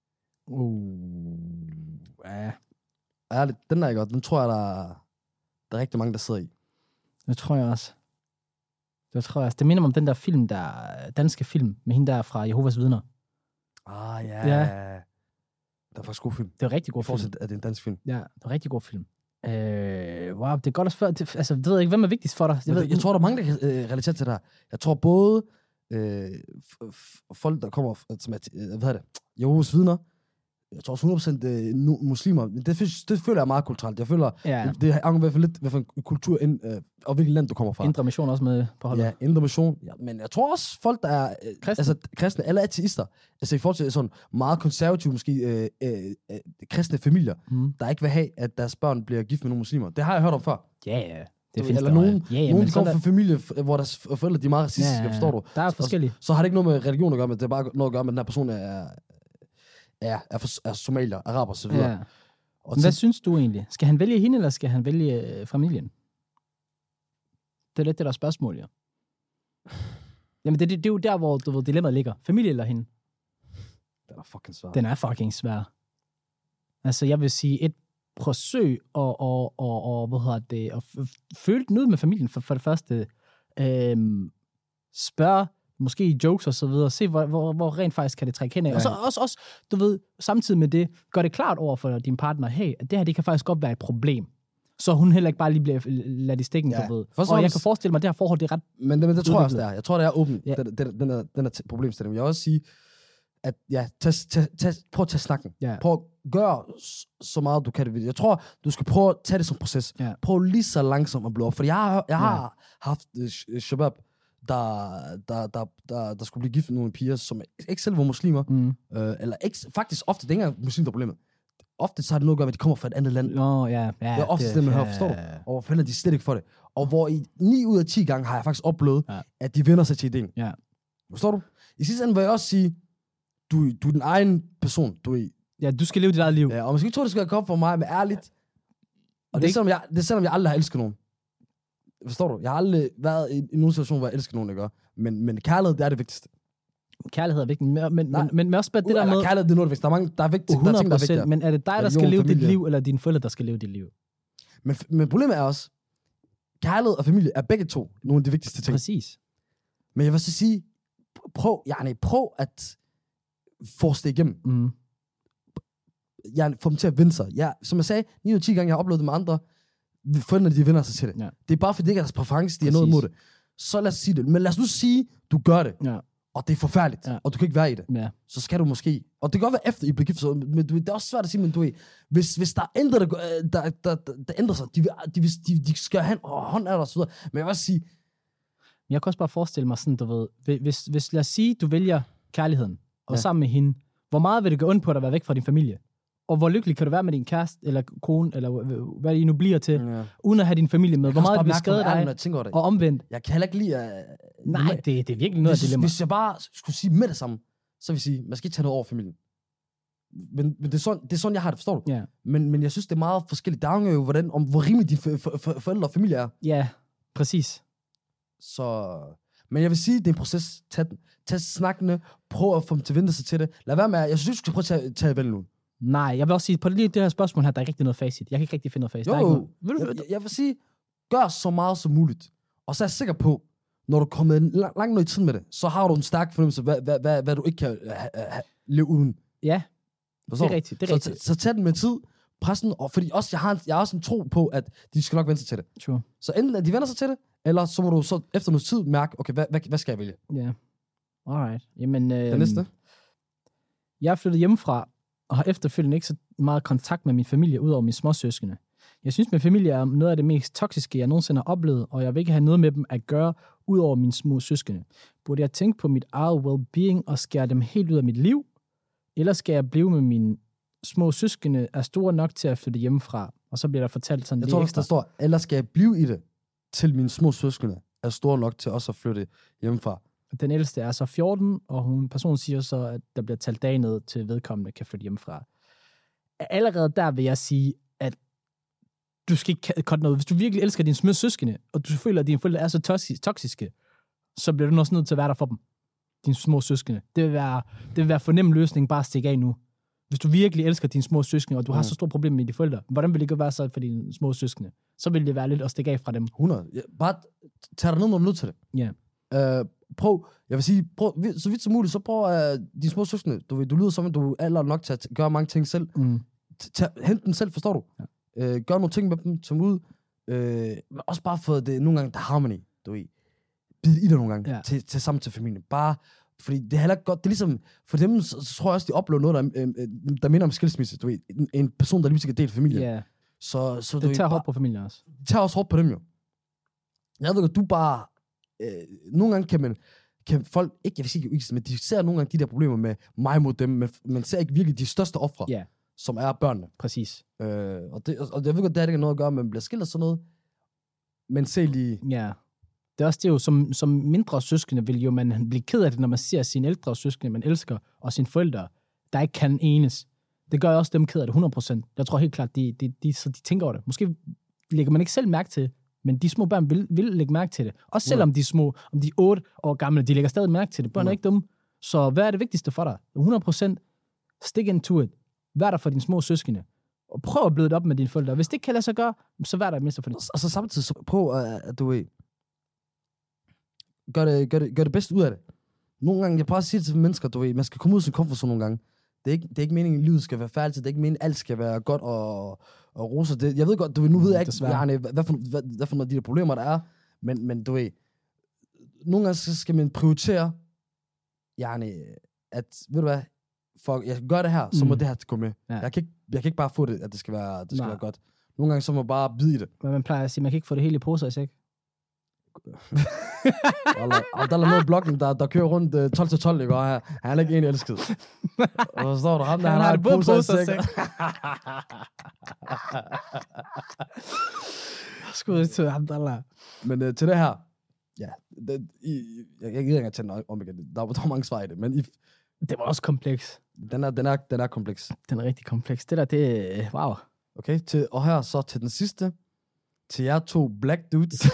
Ja. Ærligt, den er godt. Den tror jeg, der er rigtig mange, der sidder i. Det tror jeg også. Det minder mig om den der film, danske film, med hende der fra Jehovas vidner. Ja. Det er faktisk god film. Det er en rigtig god film. Fortsæt, at det er en dansk film. Ja, det er en rigtig god film. Wow, det er godt at spørge. Det ved jeg ikke, hvem er vigtigst for dig? Jeg tror, der er mange, der kan relatere til det her. Jeg tror både folk, der kommer, som er, Jehovas vidner, jeg tror også 100% muslimer. Det føler jeg meget kulturelt. Jeg føler, det er i hvert fald lidt, hvad for en kultur og hvilket land du kommer fra. Indre Mission også med på holdet. Ja, Indre Mission. Ja, men jeg tror også, folk, der er kristne, eller ateister, altså i forhold til sådan meget konservative, måske kristne familier, der ikke vil have, at deres børn bliver gift med nogle muslimer. Det har jeg hørt om før. Ja. Det findes eller nogen, de kommer fra familie, hvor deres forældre de er meget racistiske, forstår du? Der er forskellige. Så har det ikke noget med religion at gøre, men det er bare noget at gøre med, at den her person er somalier, araber og så videre. Ja. Og hvad synes du egentlig? Skal han vælge hende, eller skal han vælge familien? Det er lidt det der spørgsmål, ja. Jamen, det er jo der, hvor dilemmaet ligger. Familie eller hende? Den er fucking svær. Den er fucking svær. Altså, jeg vil sige, et forsøg og at føle den ud med familien for det første. Spørg måske i jokes og så videre, se hvor rent faktisk kan det trække hen af. Ja. Og så også, du ved, samtidig med det, gør det klart over for din partner, hey, at det her, det kan faktisk godt være et problem. Så hun heller ikke bare lige bliver ladt i stikken, du ved. Og jeg kan forestille mig, at det her forhold, det er ret... Men det tror jeg også, det er. Jeg tror, det er åbent, den er problemstilling. Jeg vil også sige, at prøv at tage snakken. Ja. Prøv at gøre så meget, du kan det ved det. Jeg tror, du skal prøve at tage det som proces. Ja. Prøv lige så langsomt at blive op. For jeg har haft shabab, der skulle blive gift med nogle piger, som ikke selv var muslimer, eller ikke, faktisk ofte, det er ikke engang muslim, der er problemet. Ofte så har det noget at gøre med, at de kommer fra et andet land. Det er ofte det, man hører, forstår du? Og forældre, de slet ikke for det. Og hvor i 9 ud af 10 gange har jeg faktisk oplevet, at de vender sig til ideen. Ja. Forstår du? I sidste ende vil jeg også sige, du er din egen person, du er. Ja, du skal leve dit eget liv. Ja, og man skal ikke tro, det skal komme for mig, men ærligt. Og det er selvom jeg aldrig har elsket nogen. Forstår du? Jeg har aldrig været i nogen situation, hvor jeg elsker nogen, ikke? Men kærlighed, det er det vigtigste. Kærlighed er vigtigt, men også bare det der med... Kærlighed, det er noget vigtigt. Der er mange, der er vigtigt. 100%, der er ting, der er vigtigere. Men er det dig, der skal leve dit liv, eller dine forældre, der skal leve dit liv? Men problemet er også, kærlighed og familie er begge to nogle af de vigtigste ting. Præcis. Men jeg vil så sige, prøv at force det igennem. Mm. Få dem til at vinde sig. Som jeg sagde, 9 ud af 10 gange, jeg har oplevet det med andre, forældrene, de vinder sig til det. Ja. Det er bare fordi, det ikke er deres præference, de er noget imod det. Så lad os sige det. Men lad os nu sige, du gør det. Ja. Og det er forfærdeligt, og du kan ikke være i det. Ja. Så skal du måske... Og det kan godt være efter, I bliver gift, men det er også svært at sige, men du hvis der er ændret, der ændrer sig, de skal have hånd af dig og så videre. Men jeg vil også sige... Jeg kan også bare forestille mig sådan, du ved, hvis lad os sige, du vælger kærligheden, og sammen med hende, hvor meget vil det gå ondt på dig at være væk fra din familie? Og hvor lykkelig kan du være med din kæreste, eller kone, eller hvad I nu bliver til, uden at have din familie med? Hvor meget det vil skade dig, og omvendt? Jeg kan heller ikke lide at... Nej, det er virkelig noget af dilemma. Hvis jeg bare skulle sige med det samme, så vil jeg sige, man skal ikke tage noget over familien. Men det er sådan, jeg har det, forstår du? Ja. Men jeg synes, det er meget forskelligt. Der er jo, hvor rimelig dine forældre og familie er. Ja, præcis. Så... Men jeg vil sige, det er en proces. Tag snakkene, prøv at få dem til at vente sig til det. Lad være med, jeg synes, du skal prøve at tage vel nu. Nej, jeg vil også sige, på det her spørgsmål her, der er ikke rigtig noget facit. Jeg kan ikke rigtig finde noget facit. Jeg vil sige, gør så meget som muligt. Og så er jeg sikker på, når du er kommet langt ned i tiden med det, så har du en stærk fornemmelse, hvad du ikke kan leve uden. Ja, det er rigtigt. Så tag den med tid, pressen, og fordi også, jeg har også en tro på, at de skal nok vende sig til det. Sure. Så enten at de vender sig til det, eller så må du så efter noget tid mærke, okay, hvad skal jeg vælge? Ja, yeah. Alright. Jamen, det næste? Jeg er flyttet hjemmefra, og har efterfølgende ikke så meget kontakt med min familie, udover mine småsøskende. Jeg synes, min familie er noget af det mest toksiske, jeg nogensinde har oplevet, og jeg vil ikke have noget med dem at gøre, udover mine små søskende. Burde jeg tænke på mit eget well-being og skære dem helt ud af mit liv? Eller skal jeg blive med mine små søskende, er store nok til at flytte hjemmefra? Og så bliver der fortalt sådan lidt ekstra. Jeg tror, der står, eller skal jeg blive i det, til mine små søskende er store nok til også at flytte hjemmefra? Den ældste er så 14, og personen siger så, at der bliver talt dage ned til vedkommende kan flytte hjemmefra. Allerede der vil jeg sige, at du skal ikke cutte noget. Hvis du virkelig elsker dine små søskende, og du føler, at dine forældre er så toksiske, så bliver du også nødt til at være der for dem. Dine små søskende. Det vil være for nem løsning bare at stikke af nu. Hvis du virkelig elsker dine små søskende, og du har så store problemer med dine forældre, hvordan vil det ikke være så for dine små søskende? Så vil det være lidt at stikke af fra dem. 100. Ja, bare tag dig ned, når du er nødt til det. Ja. Jeg vil sige, så vidt som muligt, så prøv dine små søskende. Du lyder som, at du er alder nok til at gøre mange ting selv. Hent dem selv, forstår du? Ja. Gør nogle ting med dem, som ud. Også bare for det nogle gange, der harmony, du ved. Bid i det nogle gange, til sammen til familien. Bare, fordi det er heller godt, det er ligesom, for dem, så tror jeg også, de oplever noget, der minder om skilsmisse, du ved. En person, der lige skal dele familien. Ja. Så det tager hårdt på familien også. Det tager også hårdt på dem jo. Jeg ved godt, du bare... nogle gange kan folk ikke, jeg vil sige ikke, men de ser nogle gange de der problemer med mig mod dem, men man ser ikke virkelig de største ofre, som er børnene. Præcis. Og jeg ved godt, det har ikke noget at gøre med, at man bliver skilt og sådan noget, men se lige... Ja. Det er også det jo, som mindre søskende vil jo man blive ked af det, når man ser sine ældre søskende, man elsker, og sine forældre, der ikke kan enes. Det gør også dem ked af det 100%. Jeg tror helt klart, så de tænker over det. Måske lægger man ikke selv mærke til, men de små børn vil lægge mærke til det. Også selvom de er små, om de er 8 år gamle, de lægger stadig mærke til det. Børn er ikke dumme. Så hvad er det vigtigste for dig? 100% stick into it. Vær der for dine små søskende. Og prøv at bløde det op med dine forældre. Hvis det ikke kan lade sig gøre, så vær der mindst for det. Og så samtidig så prøv at du gør det bedste ud af det. Nogle gange, jeg prøver at sige det til mennesker, du ved, man skal komme ud af sin komfortzone nogle gange. Det er ikke meningen, at livet skal være færdigt. Det er ikke meningen, at alt skal være godt og roser. Jeg ved godt, du ved, nu ved jeg ikke, hvad for nogle af de der problemer, der er. Men du ved, nogle gange skal man prioritere, at, ved du hvad, for jeg skal gøre det her, så må det her gå med. Ja. Jeg kan ikke bare få det, at det skal være godt. Nogle gange så må man bare bide i det. Men man plejer at sige, man kan ikke få det hele i poser i sæk. Der er noget i blokken, der kører rundt 12-12, ikke? Og han er ikke egentlig elsket. Og så står der ham, der han har et poser i sæk. Skud til ham, der. Men til det her, ja, jeg gider ikke at tænde om igen. Der er mange svar i det, men Det var også kompleks. Den er kompleks. Den er rigtig kompleks. Det der, det er... Wow. Okay, og her så til den sidste. Til jer 2 black dudes.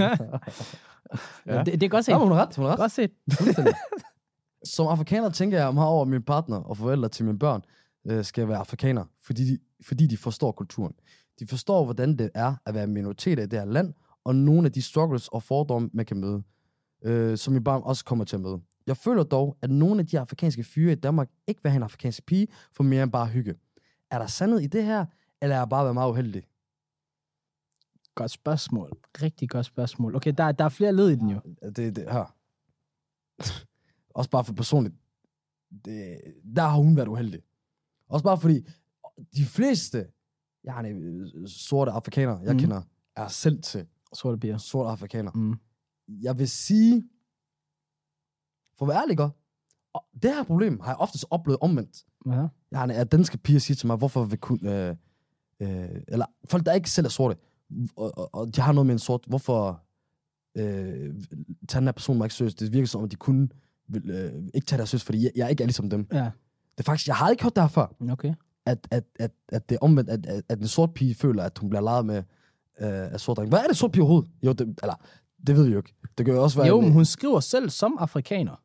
Ja. Det er godt set. Ja, hun har ret. Godt set. Som afrikaner tænker jeg meget over mine partner og forældre til mine børn skal være afrikaner, fordi de forstår kulturen. De forstår, hvordan det er at være minoriteter i det her land, og nogle af de struggles og fordomme, man kan møde, som mine børn også kommer til at møde. Jeg føler dog, at nogle af de afrikanske fyre i Danmark ikke vil have en afrikansk pige for mere end bare hygge. Er der sandhed i det her, eller er jeg bare været meget uheldig? Godt spørgsmål. Rigtig godt spørgsmål. Okay, der er flere led i den jo. Det her. Også bare for personligt. Der har hun været uheldig. Også bare fordi de fleste sorte afrikanere, jeg kender, er selv til sorte piger. Sorte afrikanere. Jeg vil sige, for at være ærlig godt, det her problem har jeg oftest oplevet omvendt. At danske piger siger til mig, hvorfor vil kun... eller folk, der ikke selv er sorte, og de har noget med en sort, hvorfor tager den her person mig ikke seriøst? Det virker som, at de kunne ikke tage deres seriøst, fordi jeg ikke er ligesom dem. Ja. Det er faktisk, jeg har ikke hørt det her før. Okay. At det er omvendt, at en sort pige føler, at hun bliver leget med af sort dreng. Hvad er det sort pige overhovedet? Jo, det ved vi jo ikke. Det kan jo også være... Jo, men hun skriver selv som afrikaner.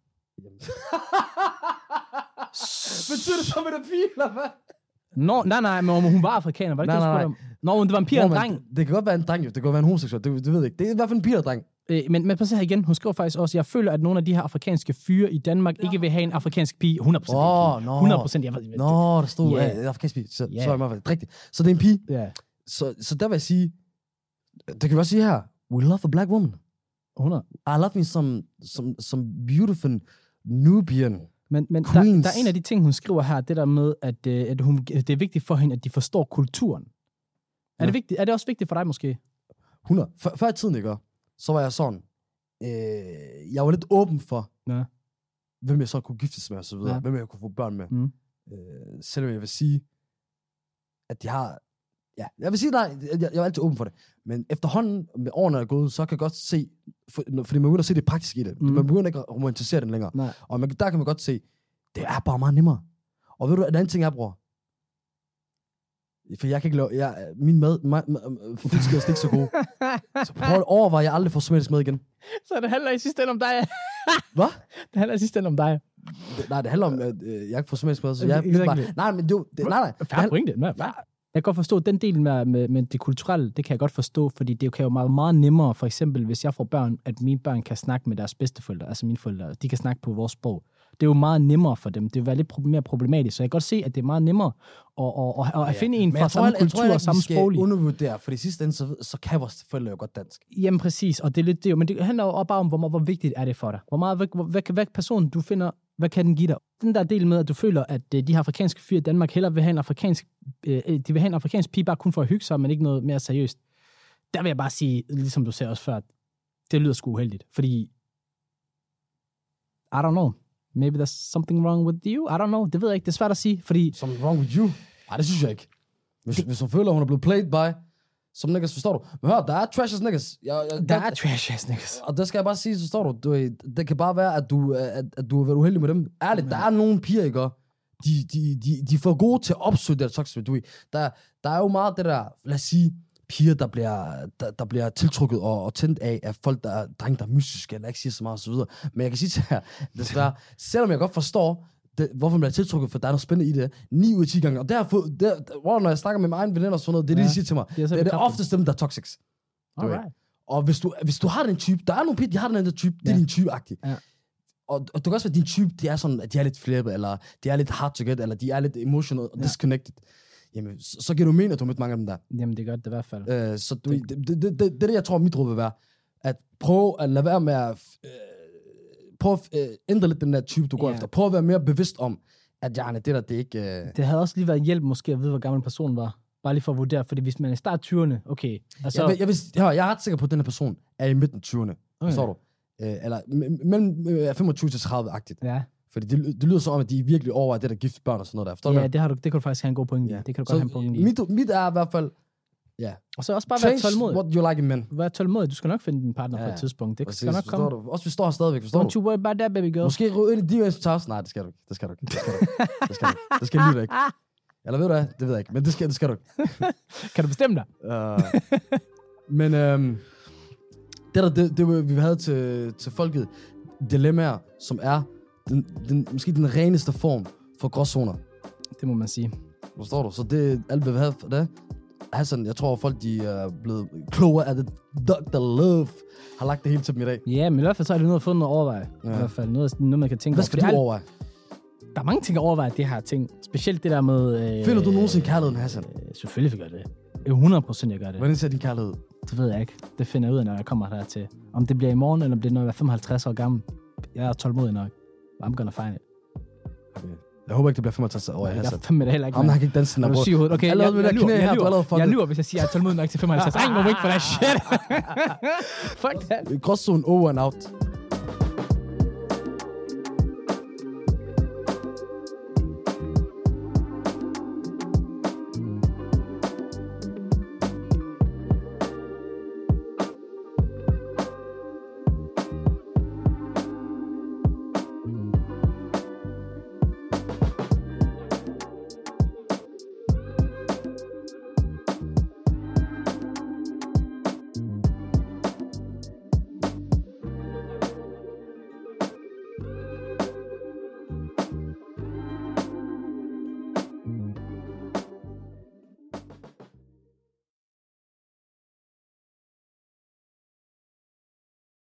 Betyder det så med den pige, eller hvad? Nej, men hun var afrikaner. Var det ikke det, Nå, men det var en pige og en dreng. Det kan godt være en dreng, jo. Det kan godt være en homoseksuel. Det ved jeg ikke. Det er i hvert fald en pige og dreng. Men prøv at se her igen. Hun skriver faktisk også, jeg føler, at nogle af de her afrikanske fyre i Danmark ikke vil have en afrikansk pige. 100% 100%. Der stod afrikansk pige. Så er det meget rigtigt. Så det er en pige. Yeah. Så der vil jeg sige, det kan vi også sige her, we love a black woman. 100. I love me some beautiful Nubian. Men der er en af de ting, hun skriver her, det der med, at det er vigtigt for hende, at de forstår kulturen. Er det også vigtigt for dig måske? 100. Før i tiden, ikke? Så var jeg sådan, jeg var lidt åben for, hvem jeg så kunne giftes med og så videre, hvem jeg kunne få børn med. Selvom jeg vil sige, at de har... Ja, jeg vil sige, nej, jeg er altid åben for det. Men efterhånden, med årene er gået, så kan jeg godt se, fordi man begynder at se det praktisk i det. Man begynder ikke at romantisere den længere. Nej. Og der kan man godt se, det er bare meget nemmere. Og ved du, en anden ting, jeg bruger? For jeg kan ikke lave... Min fuldskab er ikke så god. Så prøv at overveje, jeg aldrig får somalisk mad igen. Så det handler i sidste ende om dig. Hvad? Det handler i sidste ende om dig. Nej, det handler om, at jeg ikke får somalisk mad, så jeg bare... Nej, men jo... Nej. Færre pointe. Jeg kan godt forstå, den del med det kulturelle, det kan jeg godt forstå, fordi det kan jo meget, meget nemmere, for eksempel, hvis jeg får børn, at mine børn kan snakke med deres bedsteforældre, altså mine forældre, de kan snakke på vores sprog. Det er jo meget nemmere for dem. Det vil være lidt mere problematisk, så jeg kan godt se, at det er meget nemmere at finde en fra samme kultur og samme sprog. Men jeg tror ikke, vi skal undervurdere, for i sidste ende, så kan vores forældre jo godt dansk. Jamen præcis, og det er lidt det jo, men det handler jo bare om, hvor vigtigt er det for dig. Hvor meget, hvad person du finder, hvad kan den give dig? Den der del med, at du føler, at de her afrikanske fyre i Danmark hellere vil have en afrikansk pige bare kun for at hygge sig, men ikke noget mere seriøst. Der vil jeg bare sige, ligesom du sagde også før, det lyder sgu uheldigt, fordi I don't know. Maybe there's something wrong with you. I don't know. Det ved jeg ikke. Det er svært at sige, fordi... Something wrong with you? Nej, det synes jeg ikke. Hvis hun føler, hun er blevet played by som niggas, forstår du? Men hør, der er trash ass niggas. Der er trash ass niggas. Og det skal jeg bare sige, så forstår du. Det kan bare være, at du har været uheldig med dem. Ærligt, der er nogle piger, ikke? De er for gode til at opsøge det toxic. Der er jo meget det der, lad os sige, piger, der bliver tiltrukket og tændt af folk, der er mystiske, eller ikke siger så meget og så videre. Men jeg kan sige til jer, desværre, selvom jeg godt forstår, hvorfor man bliver tiltrukket, for der er noget spændende i det, 9 ud af 10 gange. Og når jeg snakker med mine egne venner og sådan noget, det er det, de siger til mig. Det er det oftest dem, der er toxics. Og hvis du har den type, der er nogle piger, de har den der type, det er din type-agtig. Ja. Og det kan også være, din type, de er sådan, at de er lidt flippet, eller de er lidt hard to get, eller de er lidt emotional og disconnected. Jamen, så giver du mening, at du har mødt mange af dem der. Jamen, det gør det i hvert fald. Så det, jeg tror, mit råd vil være, at prøve at lade være med at... prøv at ændre lidt den der type, du går efter. Prøv at være mere bevidst om, at det ikke... Det havde også lige været hjælp måske at vide, hvor gammel personen var. Bare lige for at vurdere, fordi hvis man er i start 20'erne, okay. Altså... Jeg er ret sikker på, at den her person er i midten 20'erne. Forstår du? Eller mellem 25 til 30-agtigt. Ja. Fordi det lyder som om, at de virkelig overvejer det der gift børn og sådan noget der. Forstår du? Det kan du faktisk have en god pointe i. Det kan du godt have en pointe i. Mit er i hvert fald, Ja. Og så også bare være Change tålmodig. what you like in men. Vær tålmodig. Du skal nok finde din partner på et tidspunkt. Det skal nok komme. Du. Også vi står her stadigvæk, forstår Don't you worry about that, baby girl. Måske ryge ind i DM's tavs. Nej, det skal du ikke. Det skal du ikke. Det skal du ikke. Eller ved du hvad? Det ved jeg ikke. Men det skal du ikke. Kan du bestemme dig? Men det vi havde til folket, dilemmaer, som er måske den reneste form for gråzoner. Det må man sige. Forstår du? Så det er alt, hvad vi havde for det. Hassan, jeg tror, folk de er blevet klogere af det. Dr. Love har lagt det hele til dem i dag. Ja, men i hvert fald så er det noget at få noget at overveje. Ja. I hvert fald noget, man kan tænke over. Hvad skal du overveje? Der er mange ting at overveje, det her ting. Specielt det der med... Føler du nogensinde kærligheden, Hassan? Selvfølgelig gør det. 100% jeg gør det. Hvordan ser din kærlighed? Det ved jeg ikke. Det finder jeg ud af, når jeg kommer dertil. Om det bliver i morgen, eller om det er, når jeg er 55 år gammel. Jeg er tålmodig nok. I'm gonna find it. Okay. Jeg håber ikke, det bliver 65 år, Hassan. Jeg er fandme det heller ikke. Han kan ikke danse den her. Okay, jeg lyver, hvis jeg siger, at jeg er tålmodig nok til 55. I ain't gonna wait for that shit. Fuck that. Gråzone over and out.